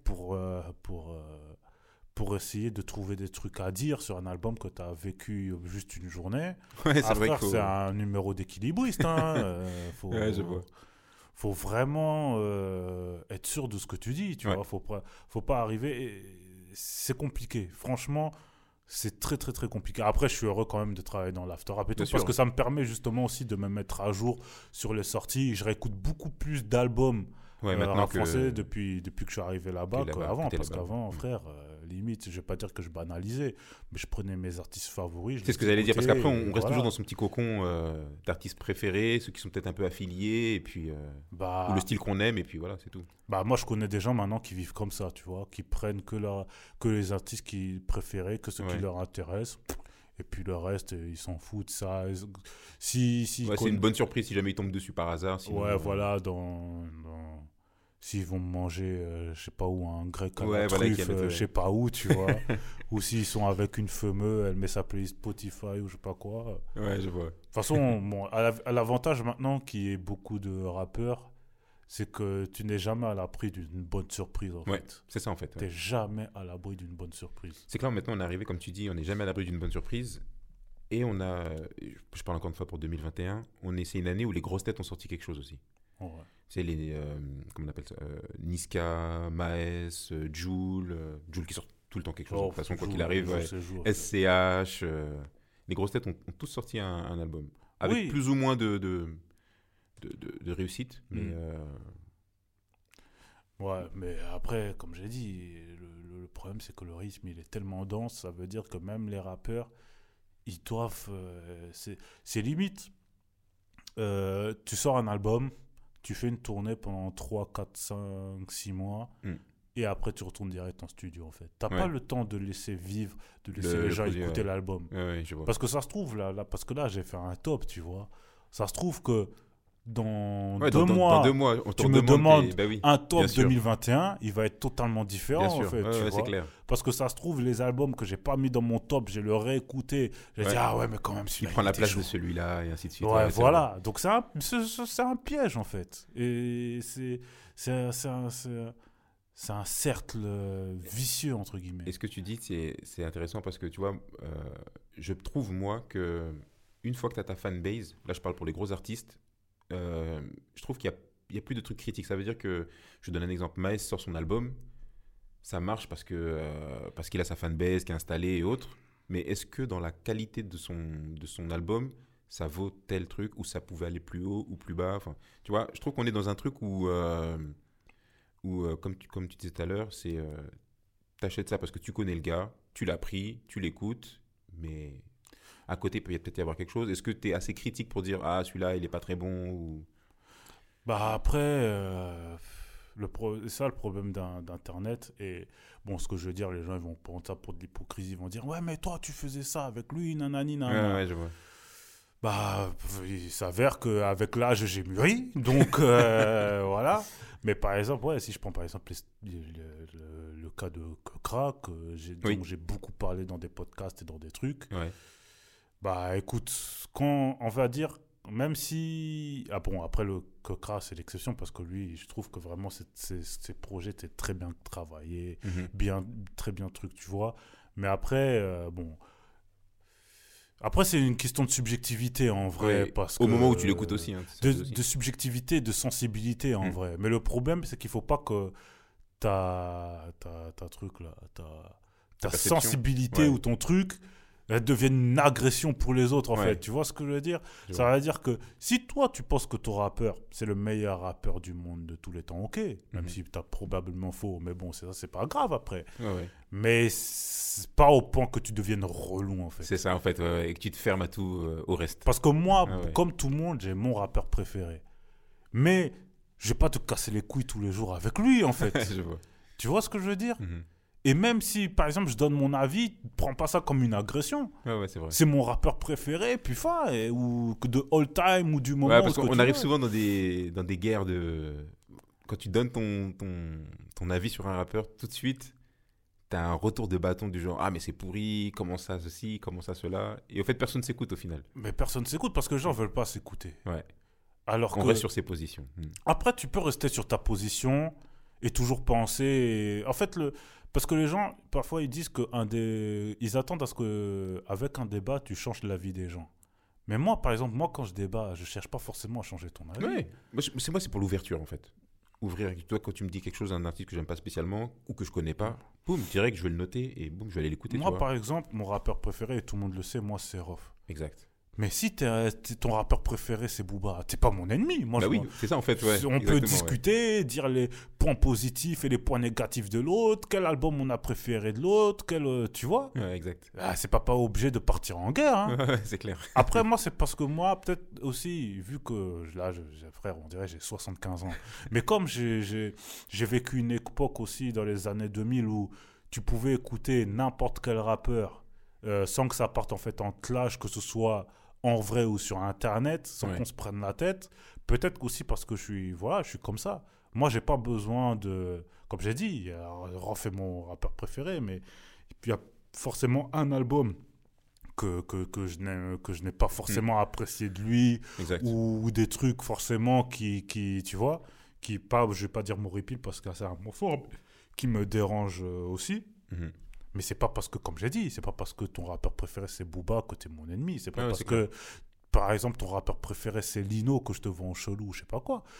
pour essayer de trouver des trucs à dire sur un album que tu as vécu juste une journée. Ouais, c'est Ah, vrai frère, qu'il faut. c'est un numéro d'équilibriste. Hein. Ouais, je vois. Faut vraiment être sûr de ce que tu dis. Tu Ouais. vois, faut pas arriver. C'est compliqué. Franchement, c'est très, très, très compliqué. Après, je suis heureux quand même de travailler dans l'after rap et tout, Bien parce sûr. que ça me permet justement aussi de me mettre à jour sur les sorties. Je réécoute beaucoup plus d'albums Ouais, maintenant rap français que. depuis que je suis arrivé là-bas là-bas, qu'avant. que t'es Parce là-bas. qu'avant, frère, limite, je vais pas dire que je banalisais, mais je prenais mes artistes favoris. C'est ce que j'allais dire, parce qu'après, on reste voilà. toujours dans son petit cocon d'artistes préférés, ceux qui sont peut-être un peu affiliés, et puis. Ou le style qu'on aime, et puis voilà, c'est tout. Bah, moi, je connais des gens maintenant qui vivent comme ça, tu vois, qui prennent que les artistes qu'ils préféraient, que ceux qui Ouais. leur intéressent. Et puis le reste, ils s'en foutent. Ça. Si, Ouais, c'est une bonne surprise si jamais ils tombent dessus par hasard. Sinon, ouais, voilà, s'ils vont me manger, je sais pas où, un grec à Ouais, la voilà, truffe, je sais pas où, tu vois. Ou s'ils sont avec une fameuse, elle met sa playlist Spotify ou je sais pas quoi. Ouais, je vois. De toute façon, bon, à l'avantage maintenant qu'il y ait beaucoup de rappeurs, c'est que tu n'es jamais à l'abri d'une bonne surprise, en Ouais, fait. c'est ça en fait. Tu n'es jamais à l'abri d'une bonne surprise. C'est que là, maintenant, on est arrivé, comme tu dis, on n'est jamais à l'abri d'une bonne surprise. Et on a, je parle encore une fois pour 2021, c'est une année où les grosses têtes ont sorti quelque chose aussi. Ouais. C'est comment on appelle ça, Niska, Maes, Jul qui sort tout le temps quelque chose. De toute façon, quoi qu'il arrive, ouais. SCH, les grosses têtes ont tous sorti un album. Avec Oui. plus ou moins de réussite. Mais Ouais, mais après, comme j'ai dit, le problème c'est que le rythme il est tellement dense, ça veut dire que même les rappeurs, ils doivent. C'est limite. Tu sors un album, tu fais une tournée pendant 3, 4, 5, 6 mois, et après tu retournes direct en studio en fait. T'as pas le temps de laisser vivre, de laisser les gens écouter l'album. Ouais, je vois. Parce que ça se trouve, parce que là j'ai fait un top, tu vois. Ça se trouve que dans 2 mois, dans 2 mois, on te tu me demandes un top bien sûr. 2021, il va être totalement différent Bien sûr, en fait. Tu c'est vois. clair. Parce que ça se trouve, les albums que j'ai pas mis dans mon top, je le réécouté. Je vais dire, ah ouais, mais quand même, Il celui-là. prend la était place chaud. de celui-là et ainsi de suite. Ouais, c'est voilà. vrai. Donc c'est un piège en fait. Et c'est un cercle vicieux entre guillemets. Et ce que tu dis, c'est intéressant parce que tu vois, je trouve moi que une fois que tu as ta fanbase, là je parle pour les gros artistes, je trouve qu'il y a plus de trucs critiques. Ça veut dire que, je donne un exemple, Maes sort son album, ça marche parce qu'il a sa fanbase qui est installée et autres. Mais est-ce que dans la qualité de son album, ça vaut tel truc ou ça pouvait aller plus haut ou plus bas? Enfin, tu vois, je trouve qu'on est dans un truc où comme tu disais tout à l'heure, c'est t'achètes ça parce que tu connais le gars, tu l'as pris, tu l'écoutes, mais à côté, il peut peut-être y avoir quelque chose. Est-ce que tu es assez critique pour dire ah, celui-là, il est pas très bon ou... Bah après, c'est ça le problème d'Internet. Et bon, ce que je veux dire, les gens ils vont prendre ça pour de l'hypocrisie. Ils vont dire ouais, mais toi, tu faisais ça avec lui, nanani, nanana. Ouais, je vois. Bah, il s'avère qu'avec l'âge, j'ai mûri. Donc, voilà. Mais par exemple, ouais, si je prends par exemple le cas de Kekra, dont j'ai beaucoup parlé dans des podcasts et dans des trucs. Ouais. Bah, écoute, quand on va dire, même si. Ah bon, après, le Kekra, c'est l'exception parce que lui, je trouve que vraiment, ses projets étaient très bien travaillés, très bien truc, tu vois. Mais après, bon. Après, c'est une question de subjectivité en vrai. Ouais, parce au que, moment où tu l'écoutes aussi. Hein, de subjectivité, de sensibilité en vrai. Mais le problème, c'est qu'il ne faut pas que ta truc là, ta sensibilité ou ton truc elle devienne une agression pour les autres en fait. Tu vois ce que je veux dire? Ça veut dire que si toi tu penses que ton rappeur c'est le meilleur rappeur du monde de tous les temps, ok, même si tu as probablement faux, mais bon, c'est pas grave après. Mais c'est pas au point que tu deviennes relou en fait. C'est ça en fait, et que tu te fermes à tout au reste. Parce que moi, comme tout le monde, j'ai mon rappeur préféré. Mais je vais pas te casser les couilles tous les jours avec lui en fait. Je vois. Tu vois ce que je veux dire? Et même si, par exemple, je donne mon avis, prends pas ça comme une agression. Ouais, c'est vrai. C'est mon rappeur préféré, puis fin, ou de all time, ou du moment. Ouais, parce qu'on arrive souvent dans des guerres de... Quand tu donnes ton avis sur un rappeur, tout de suite, t'as un retour de bâton du genre « Ah, mais c'est pourri, comment ça ceci, comment ça cela ?» Et au fait, personne ne s'écoute au final. Mais personne ne s'écoute parce que les gens ne veulent pas s'écouter. Ouais. Alors on reste sur ses positions. Après, tu peux rester sur ta position et toujours penser... En fait, parce que les gens, parfois, ils disent ils attendent à ce qu'avec un débat, tu changes la vie des gens. Mais moi, par exemple, quand je débat, je cherche pas forcément à changer ton avis. Oui, c'est pour l'ouverture, en fait. Ouvrir, toi, quand tu me dis quelque chose d'un artiste que j'aime pas spécialement ou que je connais pas, boum, direct, je vais le noter et boum, je vais aller l'écouter. Moi, par exemple, mon rappeur préféré, et tout le monde le sait, moi, c'est Rof. Exact. Mais si ton rappeur préféré c'est Booba, t'es pas mon ennemi. Moi, oui, c'est ça en fait. Ouais, on peut discuter, dire les points positifs et les points négatifs de l'autre, quel album on a préféré de l'autre, tu vois. Ouais, exact. C'est pas obligé de partir en guerre. Hein. C'est clair. Après, moi, c'est parce que moi, peut-être aussi, vu que là, frère, on dirait j'ai 75 ans. Mais comme j'ai vécu une époque aussi dans les années 2000 où tu pouvais écouter n'importe quel rappeur sans que ça parte en fait en clash, que ce soit en vrai ou sur internet, sans qu'on se prenne la tête. Peut-être aussi parce que je suis comme ça. Moi, j'ai pas besoin de... Comme j'ai dit, Rof est mon rappeur préféré, mais il y a forcément un album que je n'ai pas forcément apprécié de lui, ou des trucs forcément qui tu vois, je vais pas dire m'horripile parce que c'est un mot fort, qui me dérange aussi. Mais c'est pas parce que, comme j'ai dit, c'est pas parce que ton rappeur préféré c'est Booba que t'es mon ennemi. C'est pas parce que, par exemple, ton rappeur préféré c'est Lino que je te vois en chelou, je sais pas quoi.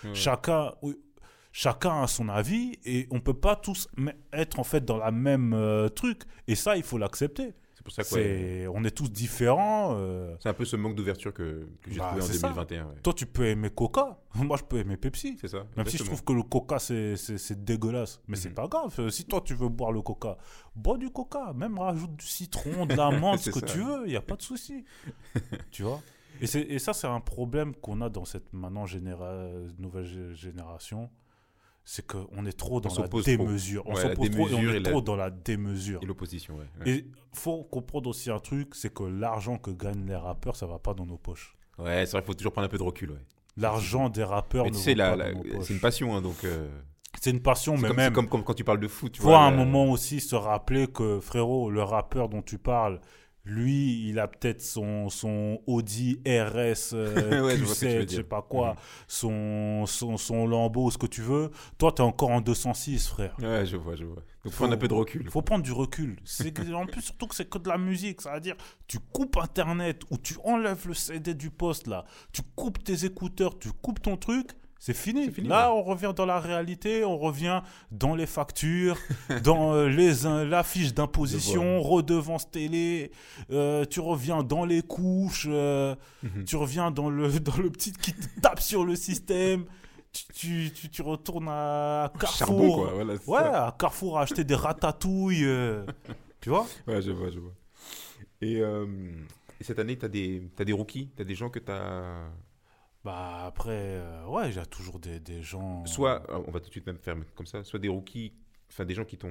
Chacun a son avis et on peut pas tous être en fait dans la même truc. Et ça, il faut l'accepter. C'est pour ça que On est tous différents. c'est un peu ce manque d'ouverture que j'ai trouvé en c'est ça. 2021. Ouais. Toi, tu peux aimer Coca. Moi, je peux aimer Pepsi. C'est ça. Même si je trouve que le Coca, c'est dégueulasse. Mais c'est pas grave. Si toi, tu veux boire le Coca, bois du Coca. Même rajoute du citron, de la menthe, ce que tu veux. Il n'y a pas de souci. Tu vois. Et ça, c'est un problème qu'on a dans cette maintenant nouvelle génération. C'est qu'on est trop dans la démesure. On s'oppose trop et on est trop dans la démesure. Et l'opposition, ouais. Et il faut comprendre aussi un truc, c'est que l'argent que gagnent les rappeurs, ça va pas dans nos poches. Ouais, c'est vrai, il faut toujours prendre un peu de recul, ouais. L'argent des rappeurs ne va pas dans nos poches. C'est une passion, hein, donc... C'est une passion, mais même... C'est comme quand tu parles de foot, tu vois. Il faut à un moment aussi se rappeler que, frérot, le rappeur dont tu parles... Lui, il a peut-être son Audi RS ouais, Q7, je sais pas quoi, son Lambo, ce que tu veux. Toi, t'es encore en 206, frère. Ouais, je vois. Donc, prendre un peu de recul. Faut prendre du recul. En plus, surtout que c'est que de la musique. Ça veut dire, tu coupes Internet ou tu enlèves le CD du poste, là. Tu coupes tes écouteurs, tu coupes ton truc. C'est fini. Là, on revient dans la réalité, on revient dans les factures, dans la fiche d'imposition, redevance télé, tu reviens dans les couches, tu reviens dans le petit qui te tape sur le système. Tu retournes à Carrefour. Charbon, quoi. Voilà, à Carrefour acheter des ratatouilles. Tu vois? Ouais, je vois. Et cette année, t'as des rookies? T'as des gens que t'as... Bah après, ouais, j'ai toujours des gens... Soit, on va tout de suite même faire comme ça, soit des rookies, enfin des gens que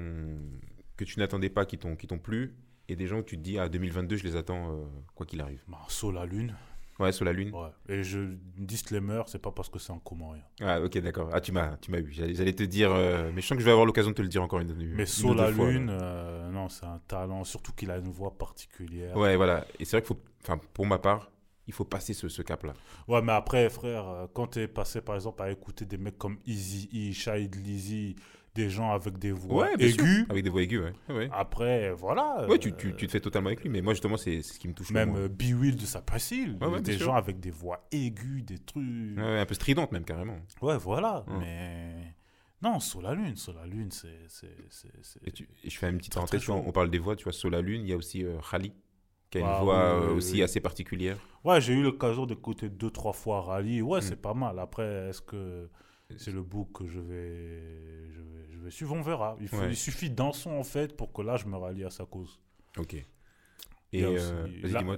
tu n'attendais pas, qui t'ont plu, et des gens où tu te dis, 2022, je les attends, quoi qu'il arrive. Bah, Saut la Lune. Ouais, Saut la Lune. Ouais. Et disclaimer, c'est pas parce que c'est en commun. Ah, ok, d'accord. Ah, tu m'as eu. J'allais te dire, mais je sens que je vais avoir l'occasion de te le dire encore une fois. Mais Saut la Lune, non, c'est un talent, surtout qu'il a une voix particulière. Ouais, voilà. Et c'est vrai qu'il faut, pour ma part, il faut passer ce cap-là. Ouais, mais après, frère, quand tu es passé, par exemple, à écouter des mecs comme Eazy-E, Shahid Lizzy, des gens avec des voix aiguës. Avec des voix aiguës, ouais. Après, voilà. Ouais, tu te fais totalement avec lui, mais moi, justement, c'est ce qui me touche. Même B-Will de Cypress Hill. Des gens sûr. avec des voix aiguës, des trucs. Ouais, un peu stridentes, même, carrément. Ouais, voilà. Mais. Non, Saut la Lune, c'est. Et je fais une petite parenthèse, on parle des voix, tu vois, Saut la Lune, il y a aussi Khali, qui a une voix aussi assez particulière. Ouais, j'ai eu l'occasion d'écouter 2-3 fois Rally. Ouais, c'est pas mal. Après, est-ce que c'est le book que je vais suivre? On verra. Il suffit d'un son, en fait, pour que là, je me rallie à sa cause. Ok. Et vas-y, dis-moi.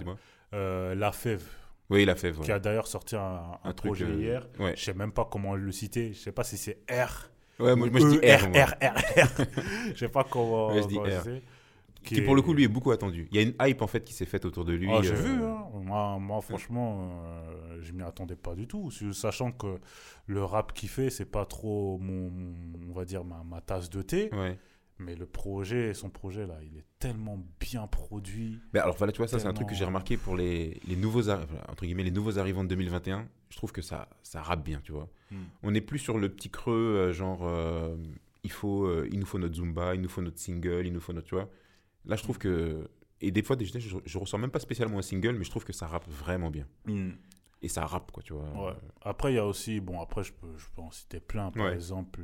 La Fève. Oui, La Fève. Qui a d'ailleurs sorti un projet hier. Ouais. Je sais même pas comment le citer. Je sais pas si c'est R. Ouais, moi je dis R. Je sais pas comment. Ouais, je dis R. Qui pour le coup lui est beaucoup attendu. Il y a une hype en fait qui s'est faite autour de lui. J'ai vu. Hein. Moi franchement, je m'y attendais pas du tout. Sachant que le rap qu'il fait, c'est pas trop on va dire ma tasse de thé. Ouais. Mais son projet là, il est tellement bien produit. Mais alors voilà, tu vois, ça c'est un truc que j'ai remarqué pour les nouveaux entre guillemets les nouveaux arrivants de 2021. Je trouve que ça rappe bien, tu vois. On n'est plus sur le petit creux genre il nous faut notre Zumba, il nous faut notre single, il nous faut notre, tu vois. Là, je trouve que... Et des fois, je ressens même pas spécialement un single, mais je trouve que ça rappe vraiment bien. Et ça rappe, quoi, tu vois. Ouais. Après, il y a aussi... Bon, après, je peux en citer plein. Par exemple,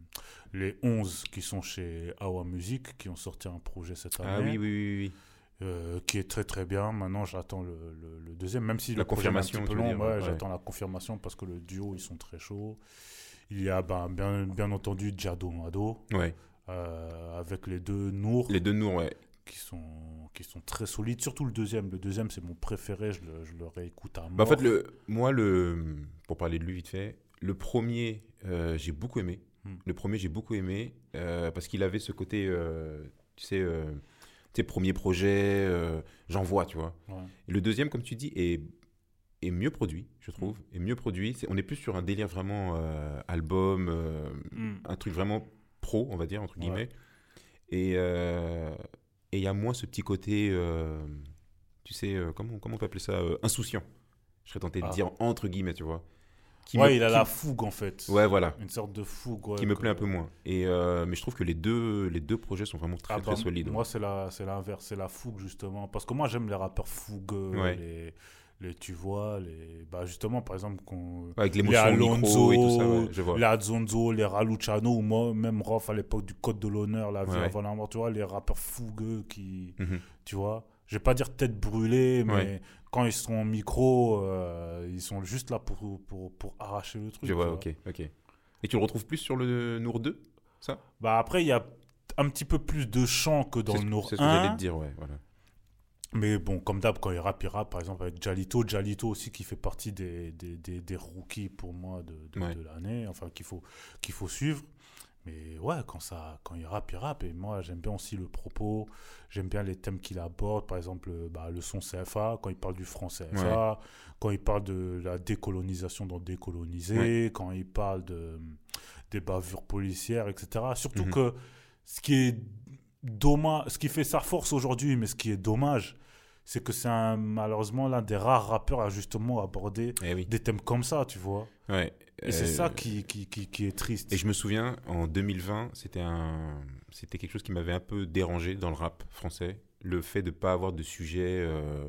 les 11 qui sont chez Awa Music, qui ont sorti un projet cette année. Ah oui. Qui est très, très bien. Maintenant, j'attends le deuxième, même si la confirmation, est un petit peu long. J'attends la confirmation parce que le duo, ils sont très chauds. Il y a, bien entendu, Jado Mado. Ouais. Avec les deux Nour. Les deux Nour, ouais. Qui sont très solides. Surtout le deuxième. Le deuxième, c'est mon préféré. Je le réécoute à mort. En fait, pour parler de lui vite fait, le premier, j'ai beaucoup aimé. Le premier, j'ai beaucoup aimé parce qu'il avait ce côté, tu sais, premier projet, j'envoie, tu vois. Ouais. Et le deuxième, comme tu dis, est mieux produit, je trouve. Est mieux produit. On est plus sur un délire vraiment album, un truc vraiment pro, on va dire, entre guillemets. Et il y a moins ce petit côté, tu sais, comment on peut appeler ça, insouciant. Je serais tenté de dire entre guillemets, tu vois. Il a la fougue, en fait. Ouais, voilà. Une sorte de fougue. Qui me plaît un peu moins. Mais je trouve que les deux projets sont vraiment très, très solides. Moi, c'est l'inverse. C'est la fougue, justement. Parce que moi, j'aime les rappeurs fougueux, tu vois, justement, par exemple, avec l'émotion au micro et tout ça, je vois. Les Adzonzo, les Raluciano, ou moi, même Rof à l'époque du Code de l'honneur, la vie avant la mort, tu vois, les rappeurs fougueux qui, tu vois, je vais pas dire tête brûlée, mais Ouais. quand ils sont au micro, ils sont juste là pour arracher le truc. Je vois, tu ok, ok. Et tu le retrouves plus sur le Nour 2, ça? Bah après, il y a un petit peu plus de chant que dans le Nour C'est ce que j'allais 1. te dire, ouais, voilà. Mais bon, comme d'hab, quand il rappe, par exemple, avec Jalito. Jalito aussi qui fait partie des rookies pour moi Ouais. de l'année, enfin qu'il faut suivre. Mais ouais, quand il rappe. Et moi, j'aime bien aussi le propos, j'aime bien les thèmes qu'il aborde. Par exemple, le son CFA, quand il parle du franc CFA, quand il parle de la décolonisation dans Décoloniser, quand il parle des bavures policières, etc. Surtout que ce qui est dommage, ce qui fait sa force aujourd'hui, mais ce qui est dommage, c'est que c'est malheureusement l'un des rares rappeurs à justement aborder Eh oui. des thèmes comme ça, tu vois. Ouais. Et c'est ça qui est triste. Et je me souviens, en 2020, c'était quelque chose qui m'avait un peu dérangé dans le rap français. Le fait de ne pas avoir de sujet,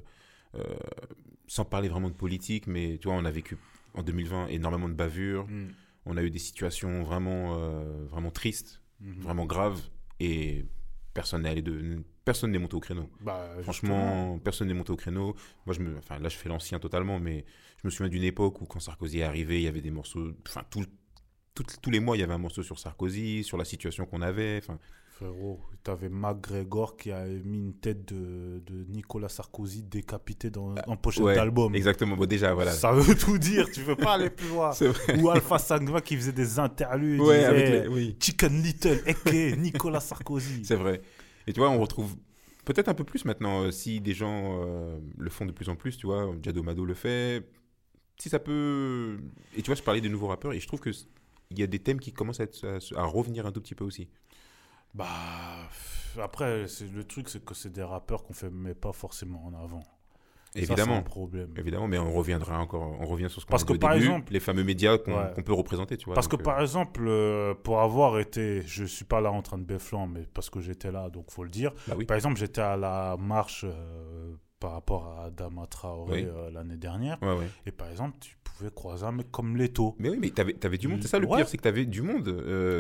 sans parler vraiment de politique, mais tu vois, on a vécu en 2020 énormément de bavures. On a eu des situations vraiment tristes, vraiment graves. Et personne n'est monté au créneau. Franchement, personne n'est monté au créneau. Moi, là, je fais l'ancien totalement, mais je me souviens d'une époque où, quand Sarkozy est arrivé, il y avait des morceaux. Enfin, tous les mois, il y avait un morceau sur Sarkozy, sur la situation qu'on avait. Enfin, frérot, t'avais MacGregor qui a mis une tête de Nicolas Sarkozy décapité en pochette d'album. Exactement. Bon, déjà, voilà. Ça veut tout dire. Tu veux pas aller plus loin. Ou Alpha Sangva qui faisait des interludes. Avec Chicken Little, aka Nicolas Sarkozy. C'est vrai. Et tu vois, on retrouve peut-être un peu plus maintenant, si des gens le font de plus en plus, tu vois, Jado Mado le fait, si ça peut... Et tu vois, je parlais des nouveaux rappeurs, et je trouve qu'il y a des thèmes qui commencent à revenir un tout petit peu aussi. Bah, après, le truc, c'est que c'est des rappeurs qu'on fait mais pas forcément en avant. Évidemment. Ça, c'est un problème. Évidemment, mais on revient sur ce qu'on a dit au début, exemple, les fameux médias qu'on peut représenter, tu vois. Parce que par exemple, pour avoir été, je suis pas là en train de béflant, mais parce que j'étais là, donc faut le dire. Bah oui. Par exemple, j'étais à la marche par rapport à Adama Traoré l'année dernière. Et par exemple, tu pouvais croiser un mec comme Leto. Mais oui, mais t'avais du monde. C'est ça le pire, c'est que t'avais du monde.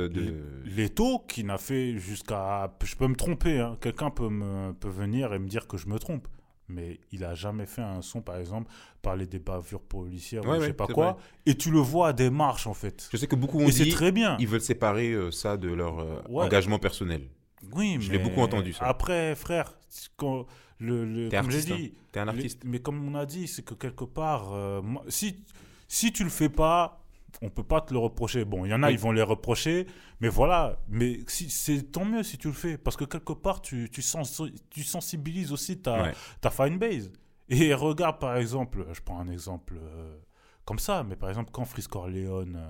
Leto qui n'a fait jusqu'à... Je peux me tromper, hein. Quelqu'un peut venir et me dire que je me trompe. Mais il a jamais fait un son, par exemple, parler des bavures policières ou je sais pas quoi. Vrai. Et tu le vois à des marches, en fait. Je sais que beaucoup ont dit... c'est très bien. Ils veulent séparer ça de leur engagement personnel. Oui, je l'ai beaucoup entendu, ça. Après, frère, comme j'ai dit... T'es un artiste. Mais comme on a dit, c'est que quelque part... si tu le fais pas... On peut pas te le reprocher. Bon, il y en a, ils vont les reprocher, mais voilà. Mais c'est tant mieux si tu le fais, parce que quelque part, tu sensibilises aussi ta fanbase. Et regarde, par exemple, je prends un exemple comme ça, mais par exemple, quand Freeze Corleone,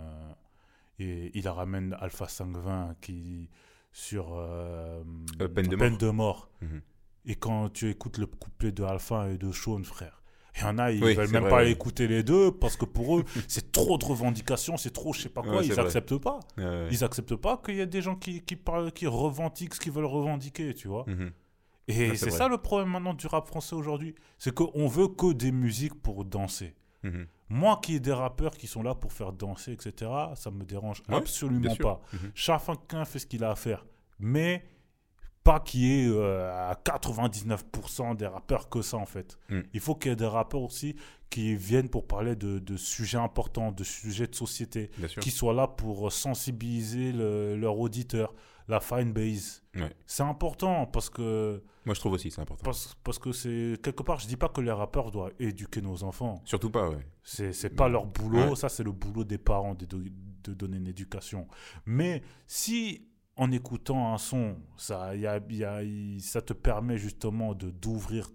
il ramène Alpha 520 sur peine de mort. Et quand tu écoutes le couplet de Alpha et de Sean, frère, il y en a, ils ne veulent même pas écouter les deux parce que pour eux, c'est trop de revendications, c'est trop je sais pas quoi, ils n'acceptent pas. Ils n'acceptent pas qu'il y a des gens qui revendiquent ce qu'ils veulent revendiquer, tu vois. Et c'est ça le problème maintenant du rap français aujourd'hui. C'est qu'on veut que des musiques pour danser. Moi qui ai des rappeurs qui sont là pour faire danser, etc., ça me dérange absolument pas. Chacun fait ce qu'il a à faire. Mais... pas qu'il y ait à 99% des rappeurs que ça, en fait. Il faut qu'il y ait des rappeurs aussi qui viennent pour parler de sujets importants, de sujets de société, qui soient là pour sensibiliser leurs auditeurs, la fanbase. C'est important parce que... Moi, je trouve aussi c'est important. Parce que c'est... Quelque part, je dis pas que les rappeurs doivent éduquer nos enfants. Surtout pas, C'est pas leur boulot. Ça, c'est le boulot des parents de donner une éducation. Mais si... en écoutant un son, ça te permet justement d'ouvrir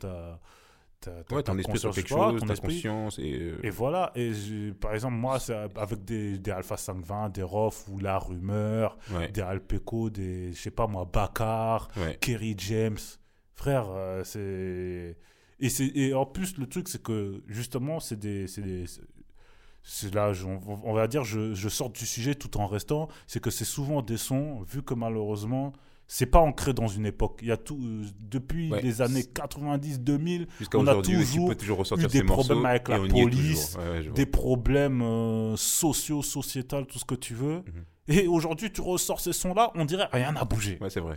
ton esprit sur quelque chose, ta conscience. Et voilà. Et par exemple, moi, c'est avec des Alpha 520, des Rof ou La Rumeur, des Alpeco, des, je sais pas moi, Bakar, Kerry James. Frère, c'est... Et en plus, le truc, c'est que justement, c'est là, on va dire, je sors du sujet tout en restant, c'est que c'est souvent des sons, vu que malheureusement, c'est pas ancré dans une époque. Il y a tout, depuis les années 90-2000, on a toujours eu des problèmes avec la police, des problèmes sociaux, sociétals, tout ce que tu veux. Et aujourd'hui, tu ressors ces sons-là, on dirait rien n'a bougé. Ouais, c'est vrai.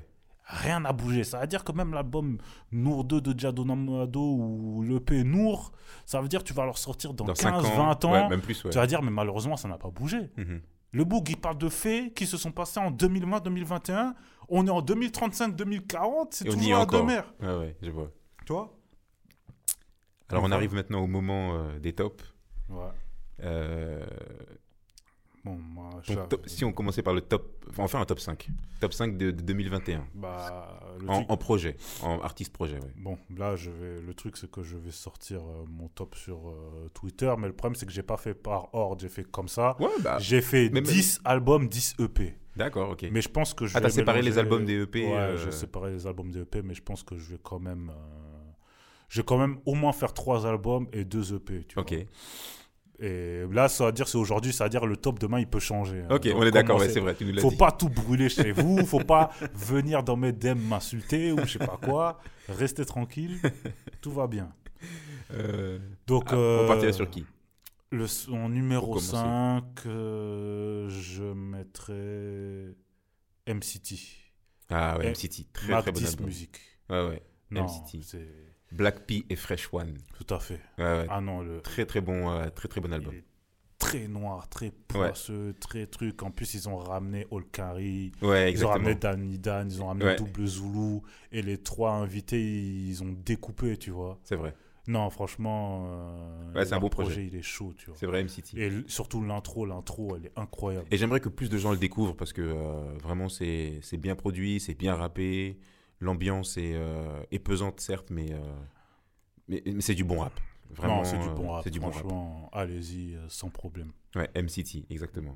Rien n'a bougé. Ça veut dire que même l'album Nour 2 de Jado Namado ou l'EP Nour, ça veut dire que tu vas leur sortir dans 15-20 ans. Ouais, même plus, ouais. Tu vas dire, mais malheureusement, ça n'a pas bougé. Mhm. Le Boug, il parle de faits qui se sont passés en 2020-2021. On est en 2035-2040. C'est Et on y est toujours la encore. demeure. Ouais, je vois. Tu vois? Alors, on Enfin. arrive maintenant au moment des tops. Ouais. Euh, Bon, moi, si on commençait par le top, enfin, on va faire un top 5. Top 5 de 2021. Bah, En projet, en artiste projet, ouais. Bon, là, le truc, c'est que je vais sortir mon top sur Twitter, mais le problème, c'est que j'ai pas fait par ordre, j'ai fait comme ça. Ouais, bah. J'ai fait même- 10 albums, 10 EP. D'accord, ok. Mais je pense que je Ah, vais t'as séparé mélanger- les albums des EP Ouais, j'ai séparé les albums des EP, mais je pense que je vais quand même... je vais quand même au moins faire 3 albums et 2 EP, tu Ok. vois. Et là, ça veut dire, c'est aujourd'hui, ça veut dire le top demain, il peut changer. Ok, Donc, on est d'accord, ouais, commencez- c'est vrai, tu nous l'as Faut dit. pas tout brûler chez vous, faut pas venir dans mes DM m'insulter ou je sais pas quoi. Restez tranquille, tout va bien. Donc, on partirait sur qui? son numéro Pour commencer. 5, je mettrais MCT. Ah ouais, Et MCT, très Mac très bon 10 album. Music. Ouais, Non, MCT. c'est Black P et Fresh One. tout à fait. Ouais. Ah non, le Très très bon album. il est très noir, très poisseux, très truc. En plus, ils ont ramené Olkari, Ouais, ils ont ramené exactement. Danny Dan, ils ont ramené Ouais. Double Zulu. Et les 3 invités, ils ont découpé, tu vois. C'est vrai. Non, franchement, Ouais, c'est un leur beau projet. il est chaud, tu vois. C'est vrai, MCT. Et surtout l'intro, elle est incroyable. Et j'aimerais que plus de gens le découvrent parce que vraiment c'est bien produit, c'est bien rappé, l'ambiance est pesante certes, mais c'est du bon rap. Vraiment, Non, c'est du bon rap. c'est du bon rap. Franchement, allez-y, sans problème. Ouais, MCT, exactement.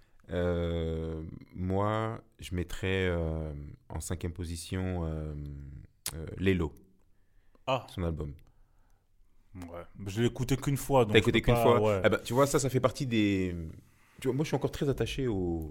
Moi, je mettrais en 5e position Lelo, Ah, son album. ouais. Je l'ai écouté qu'une fois. Donc T'as écouté je peux qu'une pas- fois? Ouais. Ah bah, tu vois, ça fait partie des... Tu vois, moi, je suis encore très attaché au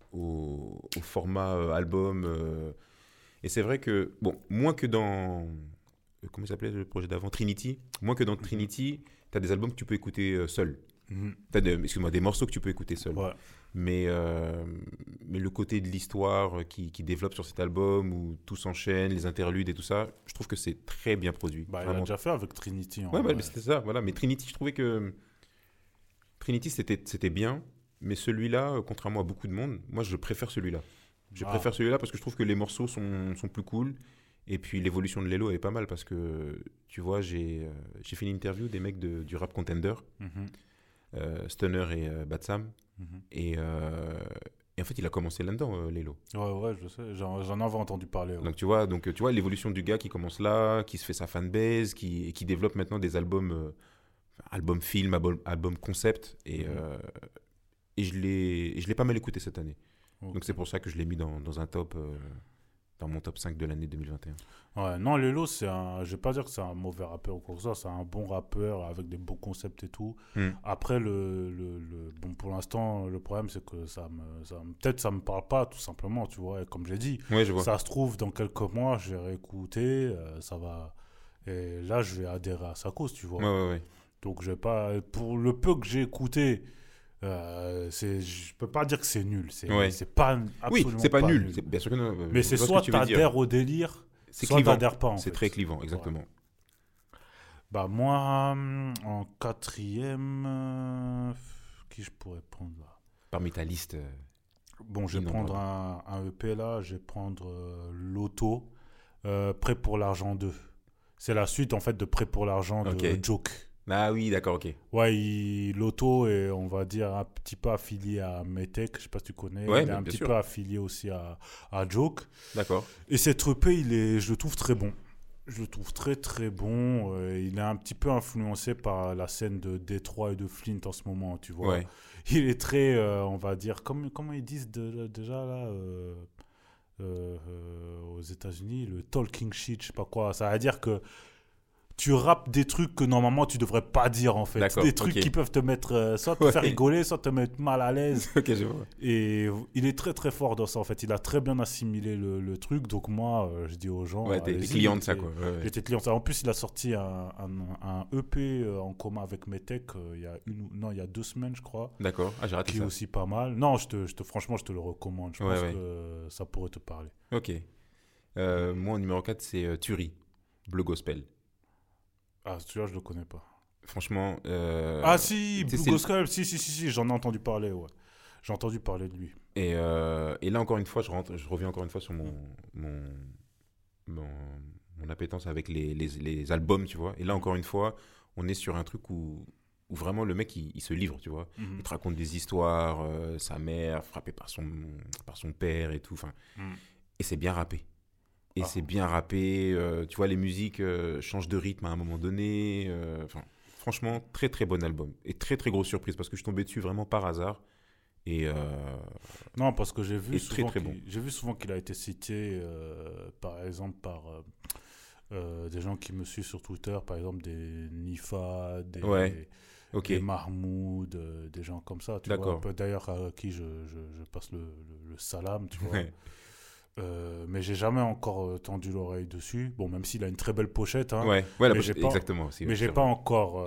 format album. Et c'est vrai que, bon, moins que dans... comment il s'appelait le projet d'avant? Trinity. Moins que dans Trinity, t'as des albums que tu peux écouter seul. Mhm. T'as des morceaux que tu peux écouter seul. Ouais. Mais le côté de l'histoire qui développe sur cet album, où tout s'enchaîne, les interludes et tout ça, je trouve que c'est très bien produit. Bah, il a Vraiment. déjà fait avec Trinity. en Ouais, vrai. mais c'était ça, voilà. Mais Trinity, je trouvais que Trinity, c'était bien, mais celui-là, contrairement à beaucoup de monde, moi, je préfère celui-là. Je Ah. préfère celui-là parce que je trouve que les morceaux sont plus cool. Et puis, l'évolution de Lelo est pas mal parce que, tu vois, j'ai fait une interview des mecs du Rap Contender, Mhm. Stunner et Bad Sam. Mhm. Et en fait, il a commencé là-dedans, Lelo. Ouais, je sais. J'en avais entendu parler. Ouais. Donc tu vois l'évolution du gars qui commence là, qui se fait sa fanbase, qui développe maintenant des albums, albums film, albums concept, et je l'ai pas mal écouté cette année. Ok. Donc c'est pour ça que je l'ai mis dans un top, dans mon top 5 de l'année 2021. Ouais, non, Lelo, je vais pas dire que c'est un mauvais rappeur ou quoi que ce soit, c'est un bon rappeur avec des beaux concepts et tout. Hmm. Après, bon, pour l'instant, le problème, c'est que peut-être ça me parle pas, tout simplement, tu vois. Et comme j'ai dit, Ouais, je vois. ça se trouve, dans quelques mois, je vais réécouter, ça va. Et là, je vais adhérer à sa cause, tu vois. Ouais. Donc, je vais pas. Pour le peu que j'ai écouté, je peux pas dire que c'est nul. Ouais. C'est pas Oui, absolument c'est pas nul. Bien sûr que non. Mais Je c'est vois ce soit que tu veux dire. t'adhères au délire, C'est soit clivant. t'adhères pas, en C'est fait. très clivant, exactement. Ouais. Bah, moi, en 4e, qui je pourrais prendre là? Parmi ta liste. Bon, je vais Innombrable. prendre un EP là, je vais prendre Loto, Prêt pour l'argent 2. C'est la suite en fait de Prêt pour l'argent de Ok. Joke. Ah oui, d'accord, ok. Ouais, Loto est, on va dire, un petit peu affilié à Metech, je sais pas si tu connais. Ouais, il est bien un petit sûr. peu affilié aussi à Joke. D'accord. Et cet EP, je le trouve très bon. Je le trouve très très bon. Il est un petit peu influencé par la scène de Détroit et de Flint en ce moment, tu vois. Ouais. Il est très, on va dire, comment ils disent déjà là aux États-Unis, le talking shit, je sais pas quoi. Ça veut dire que tu rappes des trucs que normalement tu devrais pas dire en fait. D'accord, Des trucs ok. qui peuvent te mettre, soit te Ouais. faire rigoler, soit te mettre mal à l'aise. Ok, je vois. Et il est très très fort dans ça en fait. Il a très bien assimilé le truc. Donc moi, je dis aux gens. Ouais, t'es allez-y, client de ça, et- quoi. Ouais. J'étais client de ça. En plus, il a sorti un EP en commun avec Metech il y a 2 semaines, je crois. D'accord. Ah, j'ai raté Qui est ça. aussi pas mal. Non, franchement, je te le recommande. Je Ouais, pense ouais. que ça pourrait te parler. Ok. Moi, en numéro 4, c'est Turi, Bleu Gospel. Ah, celui-là, je le connais pas. Franchement. Ah, si, tu sais, Blue Gospel, si, j'en ai entendu parler, ouais. J'ai entendu parler de lui. Et là, encore une fois, je reviens encore une fois sur mon, mon, mon appétence avec les albums, tu vois. Et là, encore une fois, on est sur un truc où vraiment le mec, il se livre, tu vois. Il te raconte des histoires, sa mère frappée par son père et tout. Et c'est bien rappé. Et c'est bien rappé. Tu vois, les musiques changent de rythme à un moment donné. Franchement, très, très bon album. Et très, très grosse surprise parce que je suis tombé dessus vraiment par hasard. Et non, parce que j'ai vu, très, très bon. J'ai vu souvent qu'il a été cité, par exemple, par des gens qui me suivent sur Twitter, par exemple des Nifa, des Mahmoud, des gens comme ça. Tu vois, d'ailleurs, à qui je passe le salam, tu vois. Mais j'ai jamais encore tendu l'oreille dessus. Bon, même s'il a une très belle pochette. Hein, la pochette, exactement. Mais j'ai pas encore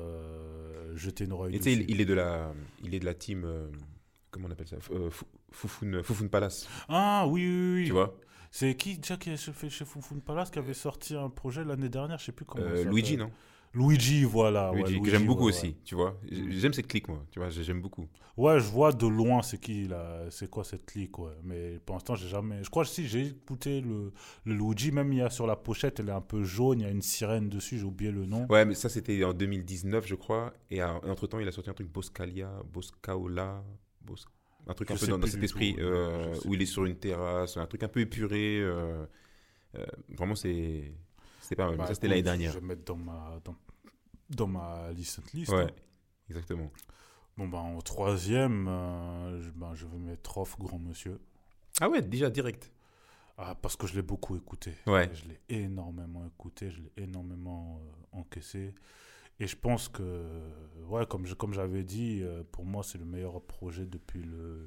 jeté une oreille dessus. Il est de la team... comment on appelle ça, Foufoune Palace. Ah oui. Tu vois, c'est qui déjà qui a fait chez Foufoune Palace qui avait sorti un projet l'année dernière, je sais plus comment. Luigi, non? Luigi, voilà. Luigi, que j'aime beaucoup aussi, tu vois. J'aime cette clique, moi, tu vois, j'aime beaucoup. Ouais, je vois de loin c'est qui là, c'est quoi cette clique, ouais. Mais pour l'instant, j'ai jamais. Je crois que si j'ai écouté le Luigi, même il y a sur la pochette, elle est un peu jaune, il y a une sirène dessus, j'ai oublié le nom. Ouais, mais ça c'était en 2019, je crois. Et entre temps, il a sorti un truc Boscaola. Un truc un peu dans cet esprit où il est sur une terrasse, un truc un peu épuré. Vraiment, c'était pas mal. Bah, ça, c'était l'année dernière. Je vais mettre dans ma liste. Ouais, hein. exactement. Bon, en troisième, je vais mettre Rof, Grand Monsieur. Ah ouais, déjà, direct. Ah, parce que je l'ai beaucoup écouté. Ouais. Je l'ai énormément écouté, je l'ai énormément encaissé. Et je pense que, ouais, comme j'avais dit, pour moi, c'est le meilleur projet depuis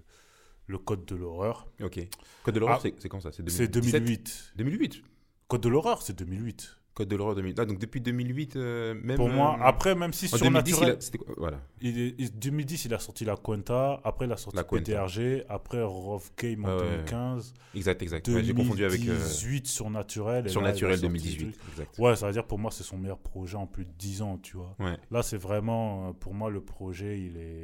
le Code de l'horreur. Ok. Code de l'horreur, c'est quand ça? C'est 2008. 2008. Code de l'horreur, c'est 2008. Code de l'horreur 2008. Ah, donc depuis 2008, même... Pour moi, après, même si Surnaturel... Voilà. 2010, il a sorti La Cuenta. Après, il a sorti PTRG. Après, Rough Game en 2015. Exact. Ouais, j'ai confondu avec... 2018, Surnaturel. Surnaturel 2018, exact. Ouais, ça veut dire pour moi, c'est son meilleur projet en plus de 10 ans, tu vois. Ouais. Là, c'est vraiment... Pour moi, le projet,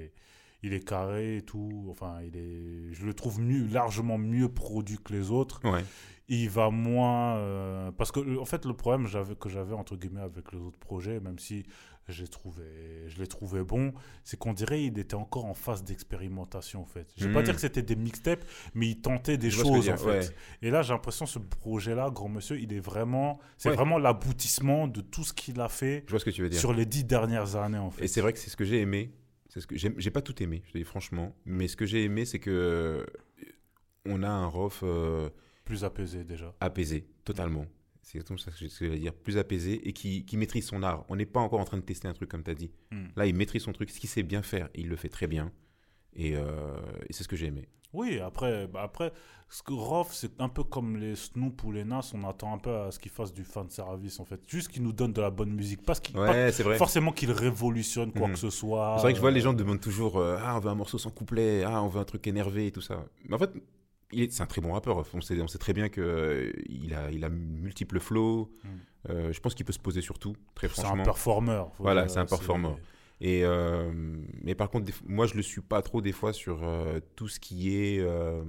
il est carré et tout. Enfin, je le trouve largement mieux produit que les autres. Ouais. Il va moins... parce que, en fait, le problème que j'avais, entre guillemets, avec les autres projets, même si je l'ai trouvé bon, c'est qu'on dirait qu'il était encore en phase d'expérimentation, en fait. Je ne vais pas dire que c'était des mixtapes, mais il tentait des choses, en fait. Ouais. Et là, j'ai l'impression que ce projet-là, Grand Monsieur, c'est vraiment l'aboutissement de tout ce qu'il a fait je vois ce que tu veux dire. Sur les 10 dernières années, en fait. Et c'est vrai que c'est ce que j'ai aimé. J'ai pas tout aimé, je te dis franchement. Mais ce que j'ai aimé, c'est que on a un Rof... plus apaisé déjà. Apaisé, totalement. C'est exactement ça que je vais dire. Plus apaisé et qui maîtrise son art. On n'est pas encore en train de tester un truc comme tu as dit. Là, il maîtrise son truc. Ce qu'il sait bien faire, il le fait très bien. Et c'est ce que j'ai aimé. Oui, après ce que Rof, c'est un peu comme les Snoop ou les Nas. On attend un peu à ce qu'ils fassent du fan service, en fait. Juste qu'ils nous donnent de la bonne musique. Pas forcément qu'ils révolutionnent quoi que ce soit. C'est vrai que je vois les gens demandent toujours on veut un morceau sans couplet, on veut un truc énervé et tout ça. Mais en fait... c'est un très bon rappeur. On sait très bien qu'il a multiples flows. Je pense qu'il peut se poser sur tout, très franchement. C'est un performeur. Voilà, c'est un performeur. Mais par contre, moi, je ne le suis pas trop des fois sur tout ce qui est...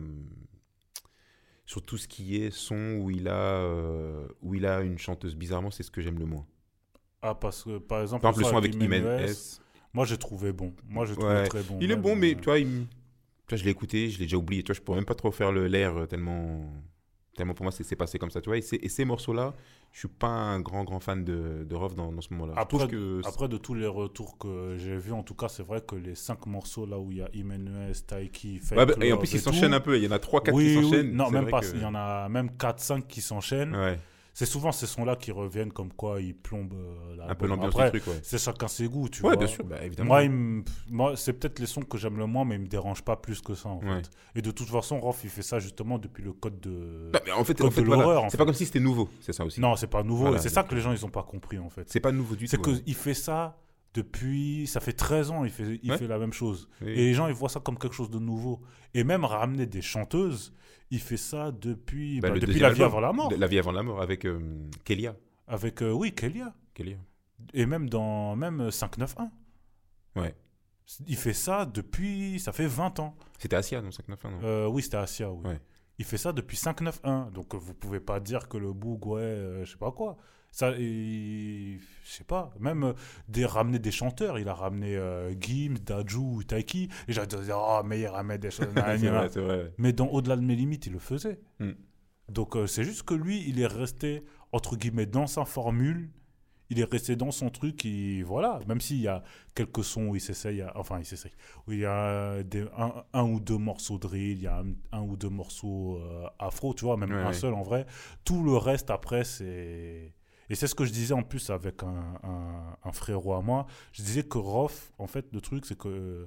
sur tout ce qui est son où il a une chanteuse. Bizarrement, c'est ce que j'aime le moins. Ah, parce que, par exemple... le son avec Imen S. Moi, j'ai trouvé bon. Moi, j'ai trouvé très bon. Il est bon, mais tu vois, je l'ai écouté, je l'ai déjà oublié. Tu vois, je pourrais même pas trop faire l'air tellement pour moi c'est passé comme ça. Tu vois, et ces morceaux-là, je suis pas un grand fan de Rof dans ce moment-là. Après, de tous les retours que j'ai vus, en tout cas, c'est vrai que les 5 morceaux là où il y a Imenuez, Taiki, Fake et en plus ils s'enchaînent un peu. Il y en a 3-4 qui s'enchaînent. Non, même pas. Il y en a même 4-5 qui s'enchaînent. Ouais. C'est souvent ces sons-là qui reviennent comme quoi ils plombent un peu l'ambiance du truc. Ouais. C'est chacun ses goûts, tu vois. Ouais, bien sûr, évidemment. Moi, c'est peut-être les sons que j'aime le moins, mais ils me dérangent pas plus que ça, en fait. Et de toute façon, Rof, il fait ça justement depuis le code de l'horreur. C'est pas comme si c'était nouveau, c'est ça aussi. Non, c'est pas nouveau. Voilà, et c'est ça que les gens, ils ont pas compris, en fait. C'est pas nouveau du tout. C'est qu'il fait ça Depuis, ça fait 13 ans, il Ouais. fait la même chose. Oui. Et les gens, ils voient ça comme quelque chose de nouveau. Et même ramener des chanteuses, il fait ça depuis, Bah, le depuis deuxième La vie album, avant la mort. La vie avant la mort avec Kélia. Avec, oui, Kélia. Kélia. Et même dans même 591. Ouais. Il fait ça depuis, ça fait 20 ans. C'était Asia, non 591, non Oui, c'était Asia, oui. Ouais. Il fait ça depuis 591. Donc, vous pouvez pas dire que le Boug, ouais, je sais pas quoi. Ça, je sais pas. Même ramener des chanteurs. Il a ramené Gims, Dajou, Taiki. Et j'ai dit, oh, mais il ramène des chanteurs. c'est vrai. Mais dans Au-delà de mes limites, il le faisait. Mm. Donc, c'est juste que lui, il est resté, entre guillemets, dans sa formule. Il est resté dans son truc. Et voilà. Même s'il y a quelques sons où il s'essaye. Enfin, il s'essaye. Où il y a un ou deux morceaux drill. Il y a un ou deux morceaux afro. Tu vois, même un seul en vrai. Tout le reste, après, c'est. Et c'est ce que je disais en plus avec un frérot à moi. Je disais que Rof, en fait, le truc, c'est que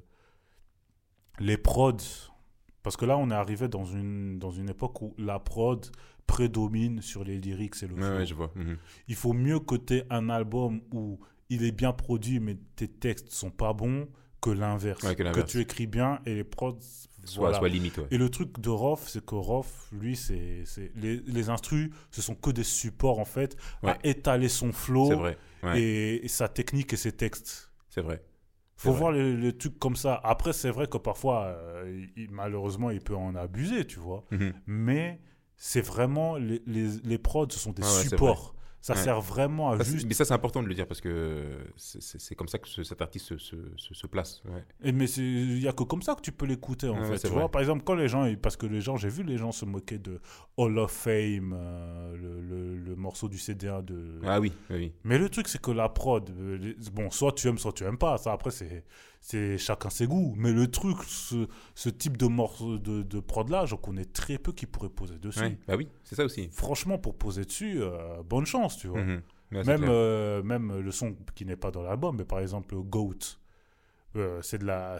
les prods. Parce que là, on est arrivé dans une époque où la prod prédomine sur les lyrics et le flow. Ouais, je vois. Mhm. Il faut mieux que tu aies un album où il est bien produit, mais tes textes sont pas bons, que l'inverse. Ouais, que tu écris bien et les prods. Voilà. Soit limite, ouais. Et le truc de Rof, c'est que Rof, lui, les instrus, ce sont que des supports, en fait, à étaler son flow C'est vrai. Ouais. et sa technique et ses textes. C'est vrai. Faut voir les trucs comme ça. Après, c'est vrai que parfois, malheureusement, il peut en abuser, tu vois. Mhm. Mais c'est vraiment, les prods, ce sont des Ouais, supports. Ça sert vraiment à juste... Mais ça, c'est important de le dire parce que c'est comme ça que cet artiste se place. Ouais. Mais il n'y a que comme ça que tu peux l'écouter, en fait. Tu vois, par exemple, quand les gens... Parce que j'ai vu les gens se moquer de Hall of Fame, le morceau du CD1 de... Ah oui, oui. Mais le truc, c'est que la prod... bon, soit tu aimes pas. Ça, après, c'est chacun ses goûts. Mais le truc, ce type de morceau de prod-là, j'en connais très peu qui pourraient poser dessus. Ouais. Bah oui, c'est ça aussi. Franchement, pour poser dessus, bonne chance, tu vois. Mm-hmm. Ouais, même le son qui n'est pas dans l'album, mais par exemple Goat, c'est de la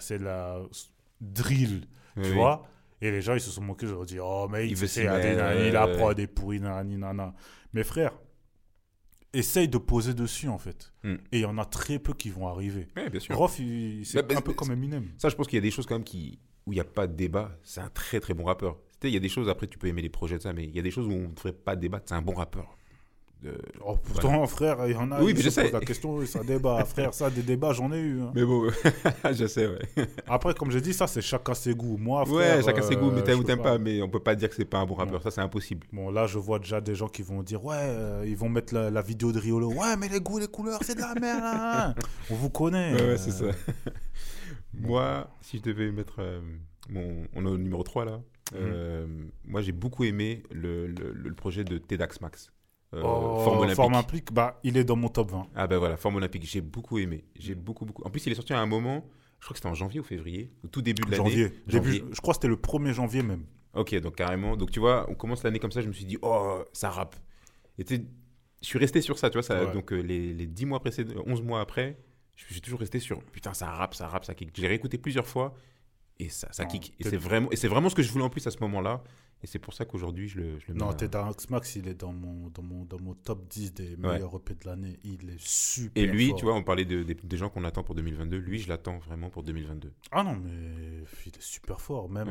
drill, tu vois. Et les gens, ils se sont moqués, ils ont dit, oh, mais il a prod et pourri, nanana. Mais frère, essaye de poser dessus, en fait. Et il y en a très peu qui vont arriver. Ouais, bien sûr. Rof, c'est un peu comme Eminem. Ça, je pense qu'il y a des choses quand même où il n'y a pas de débat. C'est un très très bon rappeur. Il y a des choses, après tu peux aimer les projets de ça, mais il y a des choses où on ne ferait pas débattre. C'est un bon rappeur. Pourtant, voilà. Frère, il y en a qui se posent la question, ça débat. Frère, ça, des débats, j'en ai eu. Hein. Mais bon, je sais, ouais. Après, comme j'ai dit, ça, c'est chacun ses goûts. Moi, frère, ouais, chacun ses goûts, mais t'aimes ou t'aimes pas, mais on peut pas dire que c'est pas un bon rappeur. Ça, c'est impossible. Bon, là, je vois déjà des gens qui vont dire, ils vont mettre la vidéo de Riolo. Ouais, mais les goûts, les couleurs, c'est de la merde. Hein. On vous connaît. Ouais, c'est ça. Moi, si je devais mettre on est au numéro 3 là. Moi, j'ai beaucoup aimé le projet de TEDx Max. Forme Olympique, il est dans mon top 20. Ah ben voilà, Forme Olympique, j'ai beaucoup aimé. J'ai beaucoup. En plus, il est sorti à un moment, je crois que c'était en janvier ou févie, au tout début de l'année. Janvier. Je crois que c'était le 1er janvier même. Ok, donc carrément. Donc tu vois, on commence l'année comme ça, je me suis dit, oh, ça rappe. Et je suis resté sur ça, tu vois. Ça, donc les 10 mois précédents, 11 mois après, je suis toujours resté sur, putain, ça rappe, ça kick. J'ai réécouté plusieurs fois. Et ça kick. Et c'est vraiment ce que je voulais en plus à ce moment-là. Et c'est pour ça qu'aujourd'hui, je le mets. Non, TEDx Max, il est dans mon top 10 des meilleurs EP de l'année. Il est super Et lui, fort. tu vois, on parlait des gens qu'on attend pour 2022. Lui, je l'attends vraiment pour 2022. Ah non, mais il est super fort. Même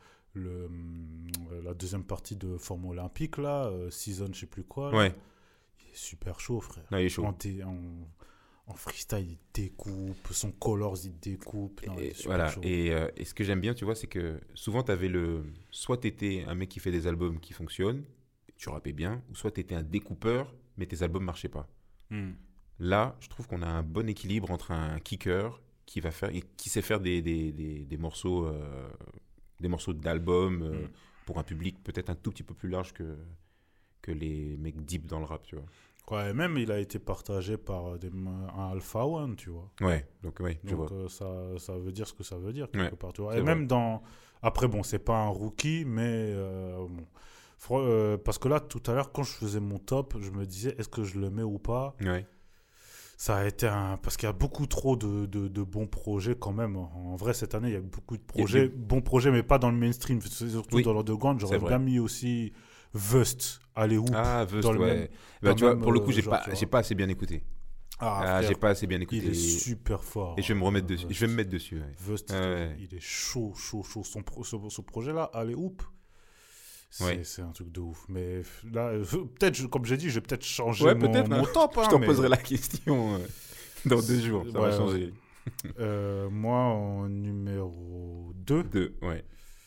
la deuxième partie de Forme Olympique, là, Season, je sais plus quoi. Là, il est super chaud, frère. Non, il est chaud. En freestyle, il découpe, son colors, il découpe. Non, et voilà. Et ce que j'aime bien, tu vois, c'est que souvent, soit t'étais un mec qui fait des albums qui fonctionnent, tu rappais bien, ou soit t'étais un découpeur, mais tes albums marchaient pas. Là, je trouve qu'on a un bon équilibre entre un kicker qui sait faire des morceaux, d'albums pour un public peut-être un tout petit peu plus large que les mecs deep dans le rap, tu vois. Ouais, et même il a été partagé par un Alpha One, tu vois. Ouais, donc je vois. Ça veut dire ce que ça veut dire quelque part, tu vois. Et même après, bon, c'est pas un rookie, mais parce que là, tout à l'heure, quand je faisais mon top, je me disais, est-ce que je le mets ou pas ? Ouais. Ça a été parce qu'il y a beaucoup trop de bons projets quand même. En vrai, cette année, il y a beaucoup de bons projets, mais pas dans le mainstream, surtout dans l'underground. J'aurais bien mis aussi Vust, Allez où Vust, ouais. Tu vois, pour le coup, j'ai pas assez bien écouté. Ah, j'ai frère, pas assez bien il écouté. est super fort. Et je vais me remettre dessus. Je vais me metêtre dessus. Ouais. Vust, Ouais. il est chaud, chaud, chaud. Ce projet-là, allez, oup, Ouais. c'est un truc de ouf. Mais là, peut-être, comme j'ai dit, je vais peut-être changer Ouais, peut-être. mon top. Je Hein, t'en mais poserai la question dans 2 jours. Ça va ouais, changer. moi, en numéro 2, Ouais.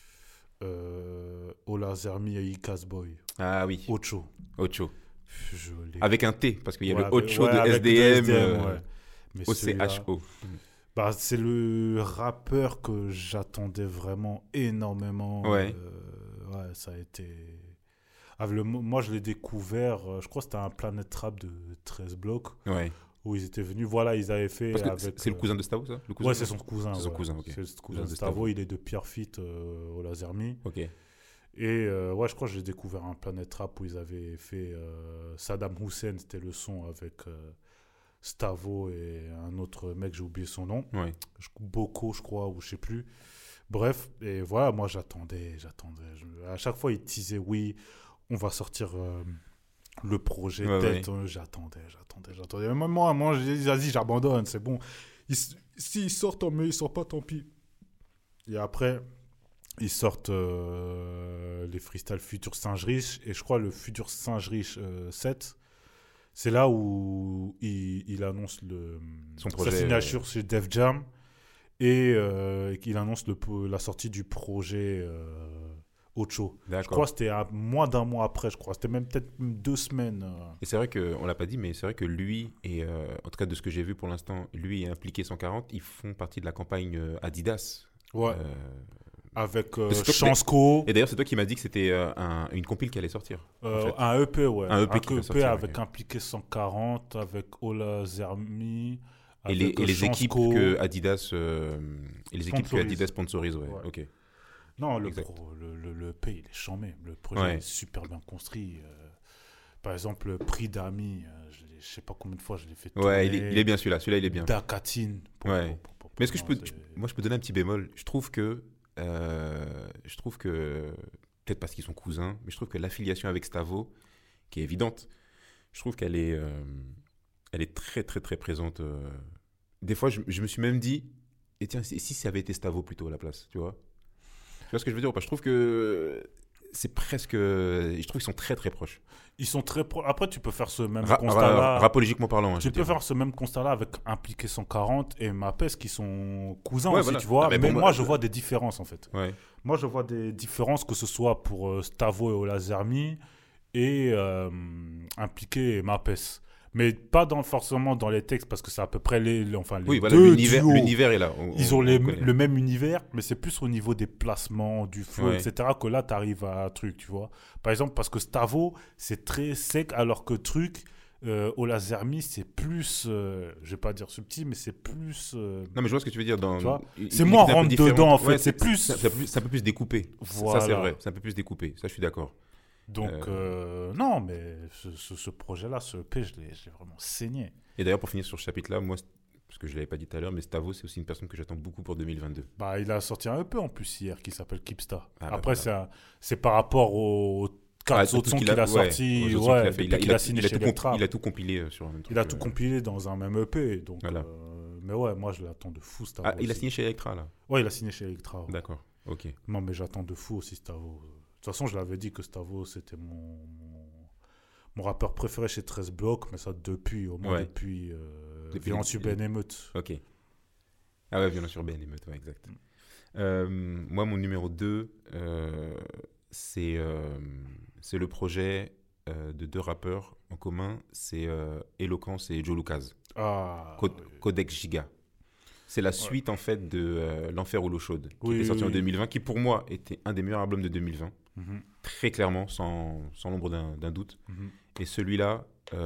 Ola Zermi et Ikazboy. Ah oui. Ocho. Ocho. Je l'ai. Avec un T, parce qu'il y a Ouais, le Ocho ouais, de avec le SDM. ouais. Mais celui-là, OCHO. bah, c'est le rappeur que j'attendais vraiment énormément. Ouais. Ouais, ça a été. Moi, je l'ai découvert, je crois que c'était un Planet Rap de 13 blocs, Ouais. où ils étaient venus. Voilà, ils avaient fait. Parce que avec, c'est le cousin de Stavo, ça le cousin Ouais, c'est son cousin. C'est son ouais. cousin, ok. C'est le cousin de de Stavo. Stavo, il est de Pierre Fit au Lazermi. Ok. Et ouais, je crois que j'ai découvert un Planet Rap où ils avaient fait Saddam Hussein, c'était le son avec Stavo et un autre mec, j'ai oublié son nom. Ouais. Boko, je crois, ou je sais plus. Bref, et voilà, moi j'attendais. À chaque fois, ils teasaient, oui, on va sortir le projet Ouais, tête. ouais. J'attendais. Même moi, j'ai dit, vas-y, j'abandonne, c'est bon. S'ils sortent, tant mieux, ils sortent pas, tant pis. Et après, ils sortent les freestyle Futur Singe Riche, et je crois le Futur Singe Riche 7. C'est là où il annonce Son sa projet, signature chez Def Jam et qu'il annonce la sortie du projet Ocho. Je D'accord. crois que c'était moins d'un mois après, je crois. C'était même peut-être 2 semaines. Et c'est vrai qu'on l'a pas dit, mais c'est vrai que lui, et en tout cas de ce que j'ai vu pour l'instant, lui et Impliqué 140, ils font partie de la campagne Adidas. Ouais. Avec Parce que- Chansco. Et d'ailleurs, c'est toi qui m'as dit que c'était une compile qui allait sortir. en fait. Un EP, ouais. Un EP qui va sortir, avec ok. Impliqué 140, avec Ola Zermi. Et les équipes Chansco. que Adidas, Sponsorise. sponsorise, ouais. Ouais. Ok. Non, le Exact. EP, il est charmé. Le projet Ouais. est super bien construit. Par exemple, le Prix d'Ami, je sais pas combien de fois je l'ai fait tourner. Ouais, il est bien celui-là. Celui-là, il est bien. Dakatine. Ouais. Mais est-ce que Non, moi, je peux donner un petit bémol. Je trouve que, peut-être parce qu'ils sont cousins, mais je trouve que l'affiliation avec Stavo, qui est évidente, je trouve qu'elle est, elle est très, très, très présente. Des fois, je me suis même dit, et tiens, si ça avait été Stavo plutôt à la place, tu vois? Tu vois ce que je veux dire ou pas? Je trouve que c'est presque, je trouve qu'ils sont très, très proches. Ils sont très Après, tu peux faire ce même constat-là. Rapologiquement parlant. Hein, je Tu veux peux dire. faire ce même constat-là avec Impliqué 140 et Mapes qui sont cousins Ouais, aussi, voilà. tu vois. Ah, mais mais bon, moi, je vois des différences en fait. Ouais. Moi, je vois des différences, que ce soit pour Stavo et Ola Zermi et Impliqué et Mapes. Mais pas forcément dans les textes, parce que c'est à peu près les Oui, voilà, deux l'univers duos. est là. Ils ont on connaît. le même univers, mais c'est plus au niveau des placements, du flow, Ouais. etc. que là, tu arrives à un truc, tu vois. Par exemple, parce que Stavo, c'est très sec, alors que truc, Ola Zermi, c'est plus, je vais pas dire subtil, mais c'est plus... Non, mais je vois ce que tu veux dire. Tu vois, il c'est est moins un peu rentre différent. dedans, en fait, Ouais, c'est plus- c'est un peu plus découpé. Voilà. Ça, c'est vrai. C'est un peu plus découpé. Ça, je suis d'accord. Donc, non, mais ce projet-là, ce EP, je l'ai vraiment saigné. Et d'ailleurs, pour finir sur ce chapitre-là, moi, parce que je ne l'avais pas dit tout à l'heure, mais Stavo, c'est aussi une personne que j'attends beaucoup pour 2022. Bah, il a sorti un EP en plus hier qui s'appelle Keepstar. Ah, bah, Après, voilà. c'est par rapport aux 4 tout autres ce sons qu'il a ouais, sortis, aux autres sons qu'il a fait. depuis qu'il a signé chez Elektra. Il a tout compilé sur un même truc. Il a tout compilé dans un même EP. Donc, Voilà. mais ouais, moi, je l'attends de fou, Stavo. Ah, il a aussi. signé chez Elektra, là. Ouais, il a signé chez Elektra. Ouais. D'accord. Ok. Non, mais j'attends de fou aussi Stavo. De toute façon, je l'avais dit que Stavo, c'était mon rappeur préféré chez 13 blocs, mais ça depuis, au moins Ouais. depuis Depuis Violence les- urbaine émeute. Ok. Ah ouais, violence urbaine, émeute, ouais, exact. Moi, mon numéro 2, c'est le projet de 2 rappeurs en commun. C'est Eloquence et Joe Lucas. Ah, Codex Giga. C'est la suite, en fait, de L'Enfer ou l'eau chaude, qui Oui, était sorti oui, en oui. 2020, qui, pour moi, était un des meilleurs albums de 2020. Mhm, Très clairement, sans l'ombre d'un doute. mhm. Et celui-là,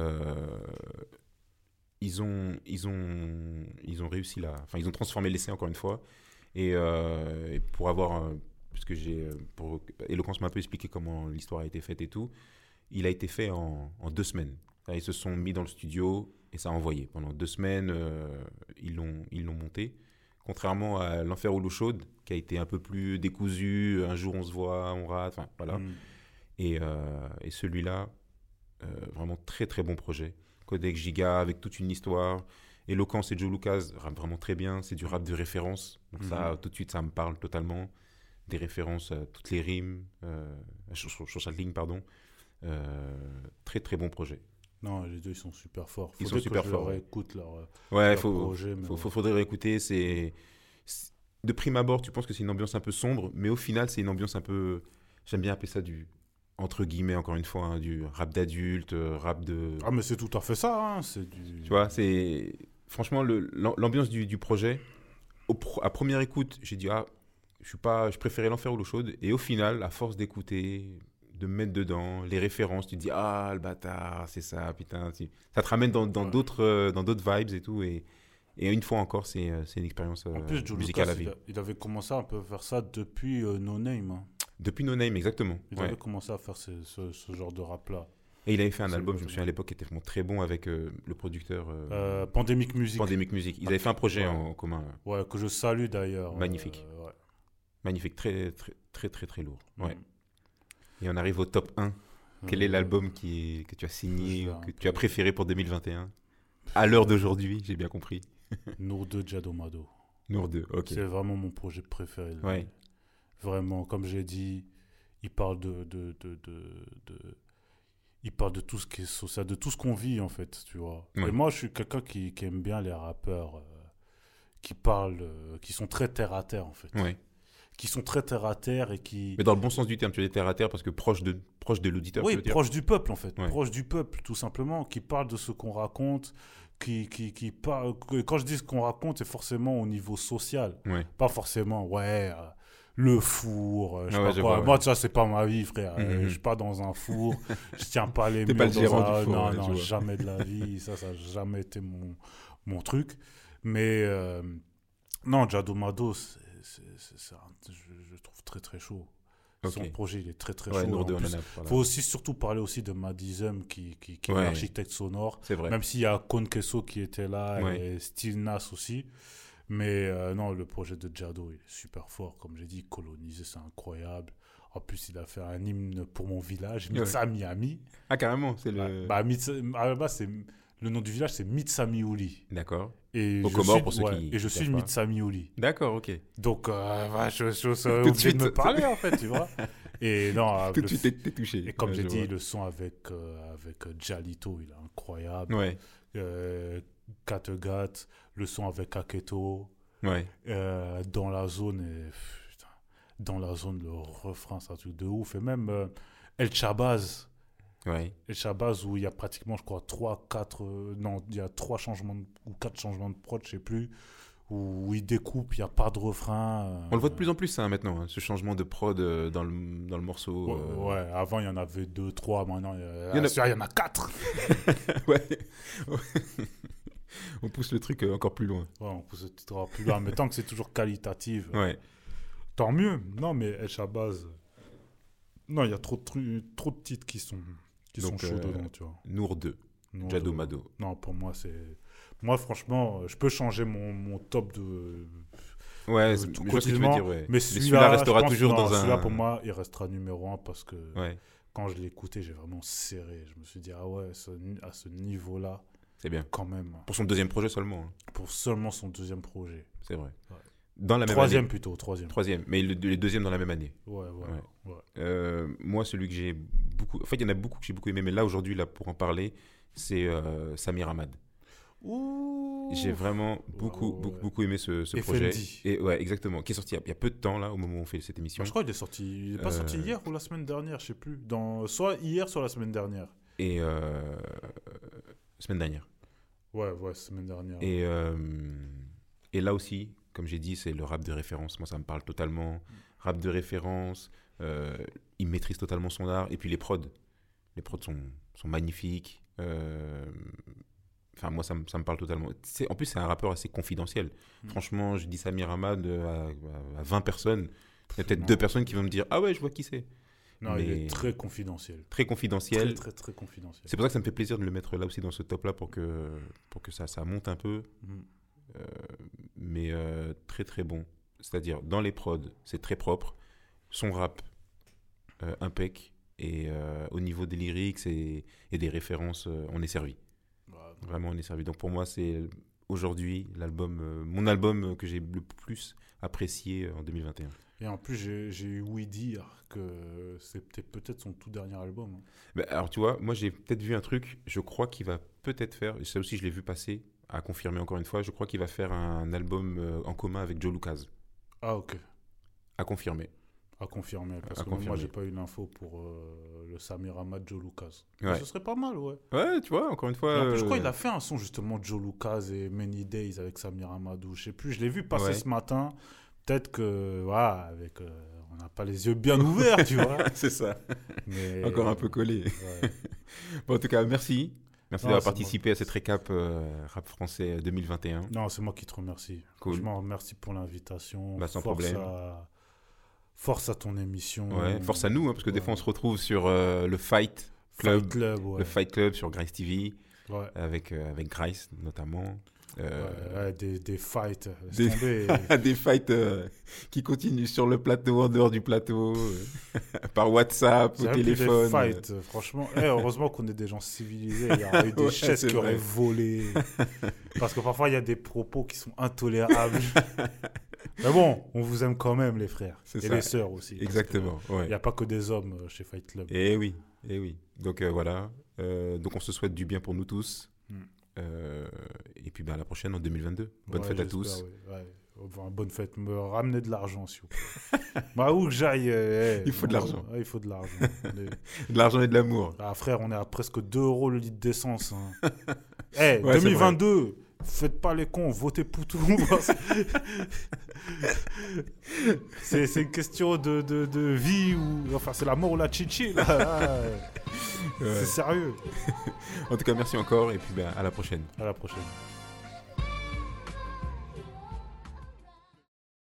ils ont réussi enfin, ils ont transformé l'essai encore une fois. Et pour avoir, puisque pour Eloquence m'a un peu expliqué comment l'histoire a été faite et tout, il a été fait en 2 semaines. Ils se sont mis dans le studio et ça a envoyé. Pendant 2 semaines, ils l'ont monté. Contrairement à L'Enfer ou l'eau chaude, qui a été un peu plus décousu. Un jour on se voit, on rate, enfin voilà. Mhm. Et celui-là, vraiment très très bon projet. Codex Giga, avec toute une histoire. Eloquence et Joe Lucas rappent vraiment très bien. C'est du rap de référence. Donc ça, tout de suite, ça me parle totalement. Des références à toutes les rimes, sur chaque ligne, pardon. Très, très bon projet. Non, les deux, ils sont super forts. Ils sont super forts. Je réécoute leur projet. Mais faudrait réécouter. De prime abord, tu penses que c'est une ambiance un peu sombre, mais au final, c'est une ambiance un peu... J'aime bien appeler ça entre guillemets, encore une fois, du rap d'adulte, rap de... Ah, mais c'est tout à fait ça, hein. C'est du... Tu vois, c'est... Franchement, l'ambiance du projet, à première écoute, j'ai dit, je préférais l'enfer ou l'eau chaude. Et au final, à force d'écouter, de me mettre dedans, les références, tu te dis, le bâtard, c'est ça, putain. Ça te ramène dans d'autres vibes et tout. Et une fois encore, c'est une expérience en plus, Joe musicale Lucas, à vivre. il avait commencé un peu à faire ça depuis No Name. Hein. Depuis No Name, exactement. Il avait commencé à faire ce genre de rap-là. Et il avait fait un album, je me souviens à l'époque, qui était vraiment très bon avec le producteur... Pandemic Music. Pandemic Music. Ils avaient fait un projet en commun. Ouais, que je salue d'ailleurs. Magnifique. Ouais. Magnifique, très, très, très, très, très lourd. Ouais. Et on arrive au top 1. Quel est l'album que tu as signé, que tu as préféré pour 2021 à l'heure d'aujourd'hui, j'ai bien compris. Nour 2 Jadomado. Nour 2, ok. C'est vraiment mon projet préféré. Ouais. Vraiment, comme j'ai dit, il parle il parle de tout ce qui est social, de tout ce qu'on vit en fait, tu vois. Ouais. Et moi, je suis quelqu'un qui aime bien les rappeurs qui parlent, qui sont très terre à terre en fait. Ouais. Qui sont très terre à terre et qui... Mais dans le bon sens du terme, tu es terre à terre parce que proche de l'auditeur. Oui, proche du peuple en fait. Ouais. Proche du peuple, tout simplement, qui parle de ce qu'on raconte, qui parle... Quand je dis ce qu'on raconte, c'est forcément au niveau social. Ouais. Pas forcément, le four, je sais pas quoi. Moi, ça, c'est pas ma vie, frère. Je suis pas dans un four, je tiens pas les murs pas le gérant du four. Non, jamais de la vie. Ça a jamais été mon truc. Mais non, Jadomado, je trouve très très chaud. Okay. Son projet, il est très très chaud. Il faut aussi surtout parler aussi de Madizem qui est l'architecte sonore. C'est vrai. Même s'il y a Kon Kesso qui était là et Steve Nas aussi. Mais non, le projet de Jado, il est super fort. Comme j'ai dit, colonisé, c'est incroyable. En plus, il a fait un hymne pour mon village, Mitsa Miami. Ah, carrément, c'est le... le nom du village, c'est Mitsamiouli. D'accord. Et au Comores, pour ceux qui... Et je suis de Mitsamiouli. D'accord, ok. Donc, je suis obligé de me parler, en fait, tu vois. Et non, tout de suite, t'es touché. Et comme j'ai dit, le son avec Jalito, il est incroyable. Ouais. Kattegat, le son avec Aketo. Ouais. Dans la zone, le refrain, c'est un truc de ouf. Et même El Chabaz. Ouais. El Chabaz, où il y a pratiquement, je crois, 3 changements ou 4 changements de prod, je sais plus, où il découpe, il n'y a pas de refrain. On le voit de plus en plus, ça, maintenant, ce changement de prod dans le morceau. Ouais, avant, il y en avait 2, 3, maintenant, il y en a 4. Ouais. On pousse le truc encore plus loin. Ouais, on pousse le truc encore plus loin, mais tant que c'est toujours qualitatif, tant mieux. Non, mais El Chabaz, non, il y a trop de titres qui sont chauds dedans, tu vois. Nour 2, Jadomado. Non, pour moi, c'est... Moi, franchement, je peux changer mon top de... Ouais, quotidiennement, mais celui-là restera toujours dans un... Celui-là, pour moi, il restera numéro 1 parce que quand je l'ai écouté, j'ai vraiment serré. Je me suis dit, à ce niveau-là, c'est bien. Quand même. Pour son deuxième projet seulement. Hein. Pour seulement son deuxième projet. C'est vrai. Ouais. Dans la même troisième année. Plutôt, troisième. Troisième, mais les deuxièmes dans la même année. Ouais. Moi, celui que j'ai beaucoup... En fait, il y en a beaucoup que j'ai beaucoup aimé, mais là, aujourd'hui, pour en parler, c'est Samir Hamad. Ouh. J'ai vraiment beaucoup aimé ce projet. Et exactement. Qui est sorti il y a peu de temps, là, au moment où on fait cette émission. Je crois qu'il est sorti... Il n'est pas sorti hier ou la semaine dernière, je ne sais plus. Soit hier, soit la semaine dernière. Et... Semaine dernière. Ouais, semaine dernière. Et là aussi, comme j'ai dit, c'est le rap de référence. Moi, ça me parle totalement. Rap de référence. Il maîtrise totalement son art. Et puis les prods. Les prods sont magnifiques. Enfin, moi, ça me parle totalement. En plus, c'est un rappeur assez confidentiel. Franchement, je dis Samir Hamad à 20 personnes. Il y a peut-être 2 personnes qui vont me dire « Ah ouais, je vois qui c'est ». Non, il est très confidentiel. Très confidentiel. Très confidentiel. C'est pour ça que ça me fait plaisir de le mettre là aussi dans ce top-là pour que ça monte un peu. Mais très très bon. C'est-à-dire, dans les prods, c'est très propre. Son rap, impec. Et au niveau des lyrics et des références, on est servi. Vraiment, on est servi. Donc pour moi, c'est aujourd'hui mon album que j'ai le plus apprécié en 2021. Et en plus, j'ai eu ouï dire que c'était peut-être son tout dernier album. Hein. Bah, alors tu vois, moi j'ai peut-être vu un truc, je crois qu'il va peut-être faire, et ça aussi je l'ai vu passer, à confirmer encore une fois, je crois qu'il va faire un album en commun avec Joe Lucas. Ah, ok. À confirmer. À confirmer. Parce À que confirmer. moi, j'ai pas eu l'info pour le Samir Hamad Joe Lucas. Ouais. Mais ce serait pas mal, ouais. Ouais, tu vois, encore une fois. Et en plus, je crois qu'il a fait un son justement Joe Lucas et Many Days avec Samir Hamadou. Je sais plus, je l'ai vu passer Ouais. ce matin. Peut-être que, voilà, avec, on n'a pas les yeux bien ouverts, tu vois. C'est ça. Mais, Encore un peu collé. ouais. Bon, en tout cas, merci. Merci Non, d'avoir c'est participé à cette récap rap français 2021. Non, c'est moi qui te remercie. Cool. Franchement, merci pour l'invitation. Bah, sans Force problème. Force à ton émission. Ouais, force à nous, hein, parce que des Ouais. fois on se retrouve sur le Fight Club, Fight Club, ouais. le Fight Club sur Grice TV, Ouais. avec Grice notamment. Ouais, des fights. Laisse des- tomber. Des fights qui continuent sur le plateau, en dehors du plateau, par WhatsApp, C'est au même plus téléphone. des fights, franchement. Heureusement qu'on est des gens civilisés. Il y aurait eu des Ouais, chaises c'est qui auraient vrai. volé. Parce que parfois, il y a des propos qui sont intolérables. Mais bon, on vous aime quand même, les frères. C'est Et ça. les sœurs aussi. parce Exactement. que Ouais. Il n'y a pas que des hommes chez Fight Club. Et oui, et oui. Donc voilà. Donc on se souhaite du bien pour nous tous. Mm. Et puis à la prochaine en 2022. Bonne Ouais, fête à j'espère, tous. ouais. Enfin, bonne fête. Me ramenez de l'argent, s'il vous plaît. Bah, où que j'aille. Il faut de l'argent. Ouais, il faut de l'argent. De l'argent et de l'amour. Ah, frère, on est à presque 2 € le litre d'essence. Hein. Eh, Ouais, c'est 2022, faites pas les cons, votez pour tout le monde. C'est une question de vie ou. Enfin, c'est la mort ou la chichi. Là, Ouais. C'est sérieux. En tout cas, merci encore et puis à la prochaine. À la prochaine.